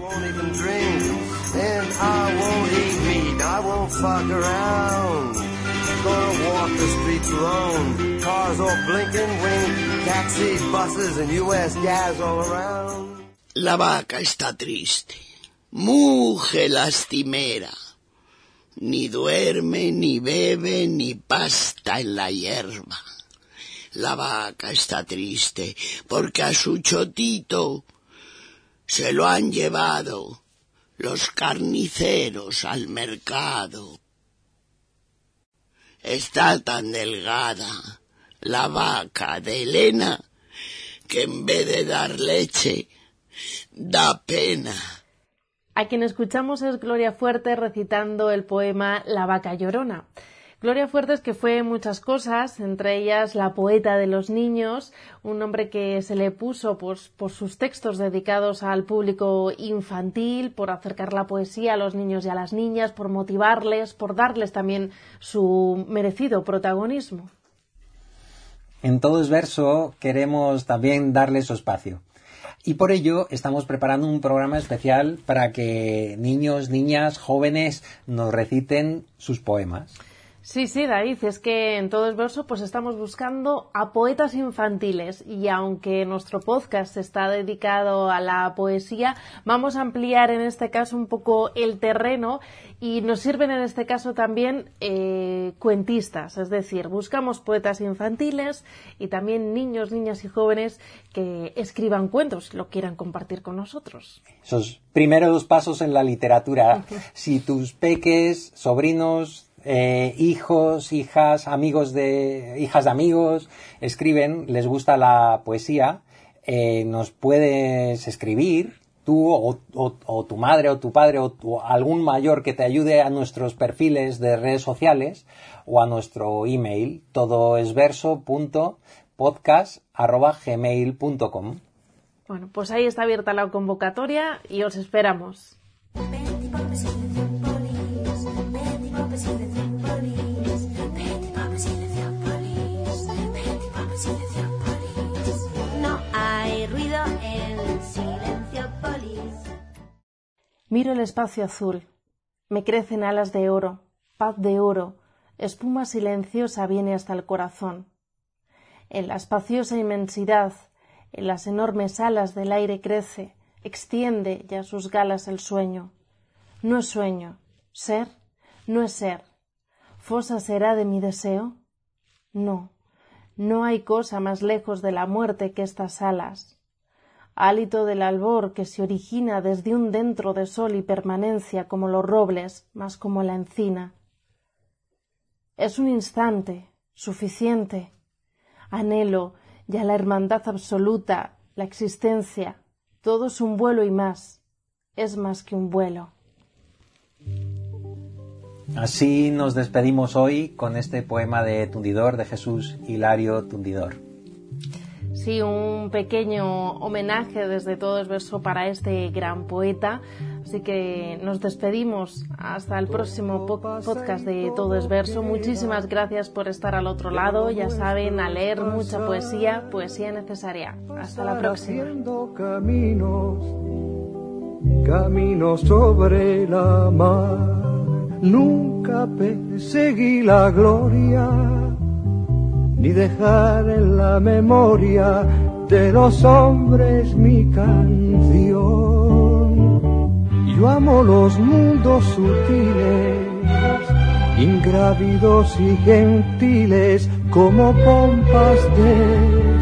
S3: La vaca está triste, muge lastimera. Ni duerme, ni bebe, ni pasta en la hierba. La vaca está triste porque a su chotito se lo han llevado los carniceros al mercado. Está tan delgada la vaca de Elena que en vez de dar leche, da pena.
S12: A quien escuchamos es Gloria Fuertes recitando el poema La vaca llorona. Gloria Fuertes, que fue muchas cosas, entre ellas la poeta de los niños, un nombre que se le puso pues, por sus textos dedicados al público infantil, por acercar la poesía a los niños y a las niñas, por motivarles, por darles también su merecido protagonismo.
S11: En Todo es Verso queremos también darle su espacio. Y por ello estamos preparando un programa especial para que niños, niñas, jóvenes nos reciten sus poemas.
S12: Sí, David, es que en Todo es Verso pues estamos buscando a poetas infantiles y aunque nuestro podcast está dedicado a la poesía, vamos a ampliar en este caso un poco el terreno y nos sirven en este caso también cuentistas, es decir, buscamos poetas infantiles y también niños, niñas y jóvenes que escriban cuentos, lo quieran compartir con nosotros.
S11: Esos primeros pasos en la literatura, si tus peques, sobrinos, hijos, hijas, hijas de amigos escriben, les gusta la poesía, nos puedes escribir tú o tu madre o tu padre o algún mayor que te ayude a nuestros perfiles de redes sociales o a nuestro email todoesverso.podcast@gmail.com.
S12: Bueno, pues ahí está abierta la convocatoria y os esperamos.
S14: No hay ruido en silencio, polis.
S12: Miro el espacio azul. Me crecen alas de oro, paz de oro, espuma silenciosa viene hasta el corazón. En la espaciosa inmensidad, en las enormes alas del aire crece, extiende ya sus galas el sueño. No es sueño, ser, no es ser. ¿Fosa será de mi deseo? No, no hay cosa más lejos de la muerte que estas alas. hálito del albor que se origina desde un dentro de sol y permanencia como los robles, más como la encina. Es un instante, suficiente. Anhelo ya la hermandad absoluta, la existencia, todo es un vuelo y más, es más que un vuelo.
S11: Así nos despedimos hoy con este poema de Tundidor, de Jesús Hilario Tundidor.
S12: Sí, un pequeño homenaje desde Todo es Verso para este gran poeta. Así que nos despedimos hasta el próximo podcast de Todo es Verso. Muchísimas gracias por estar al otro lado. Ya saben, a leer mucha poesía, poesía necesaria. Hasta la próxima.
S3: Camino sobre la mar. Nunca perseguí la gloria, ni dejar en la memoria de los hombres mi canción. Yo amo los mundos sutiles, ingrávidos y gentiles, como pompas de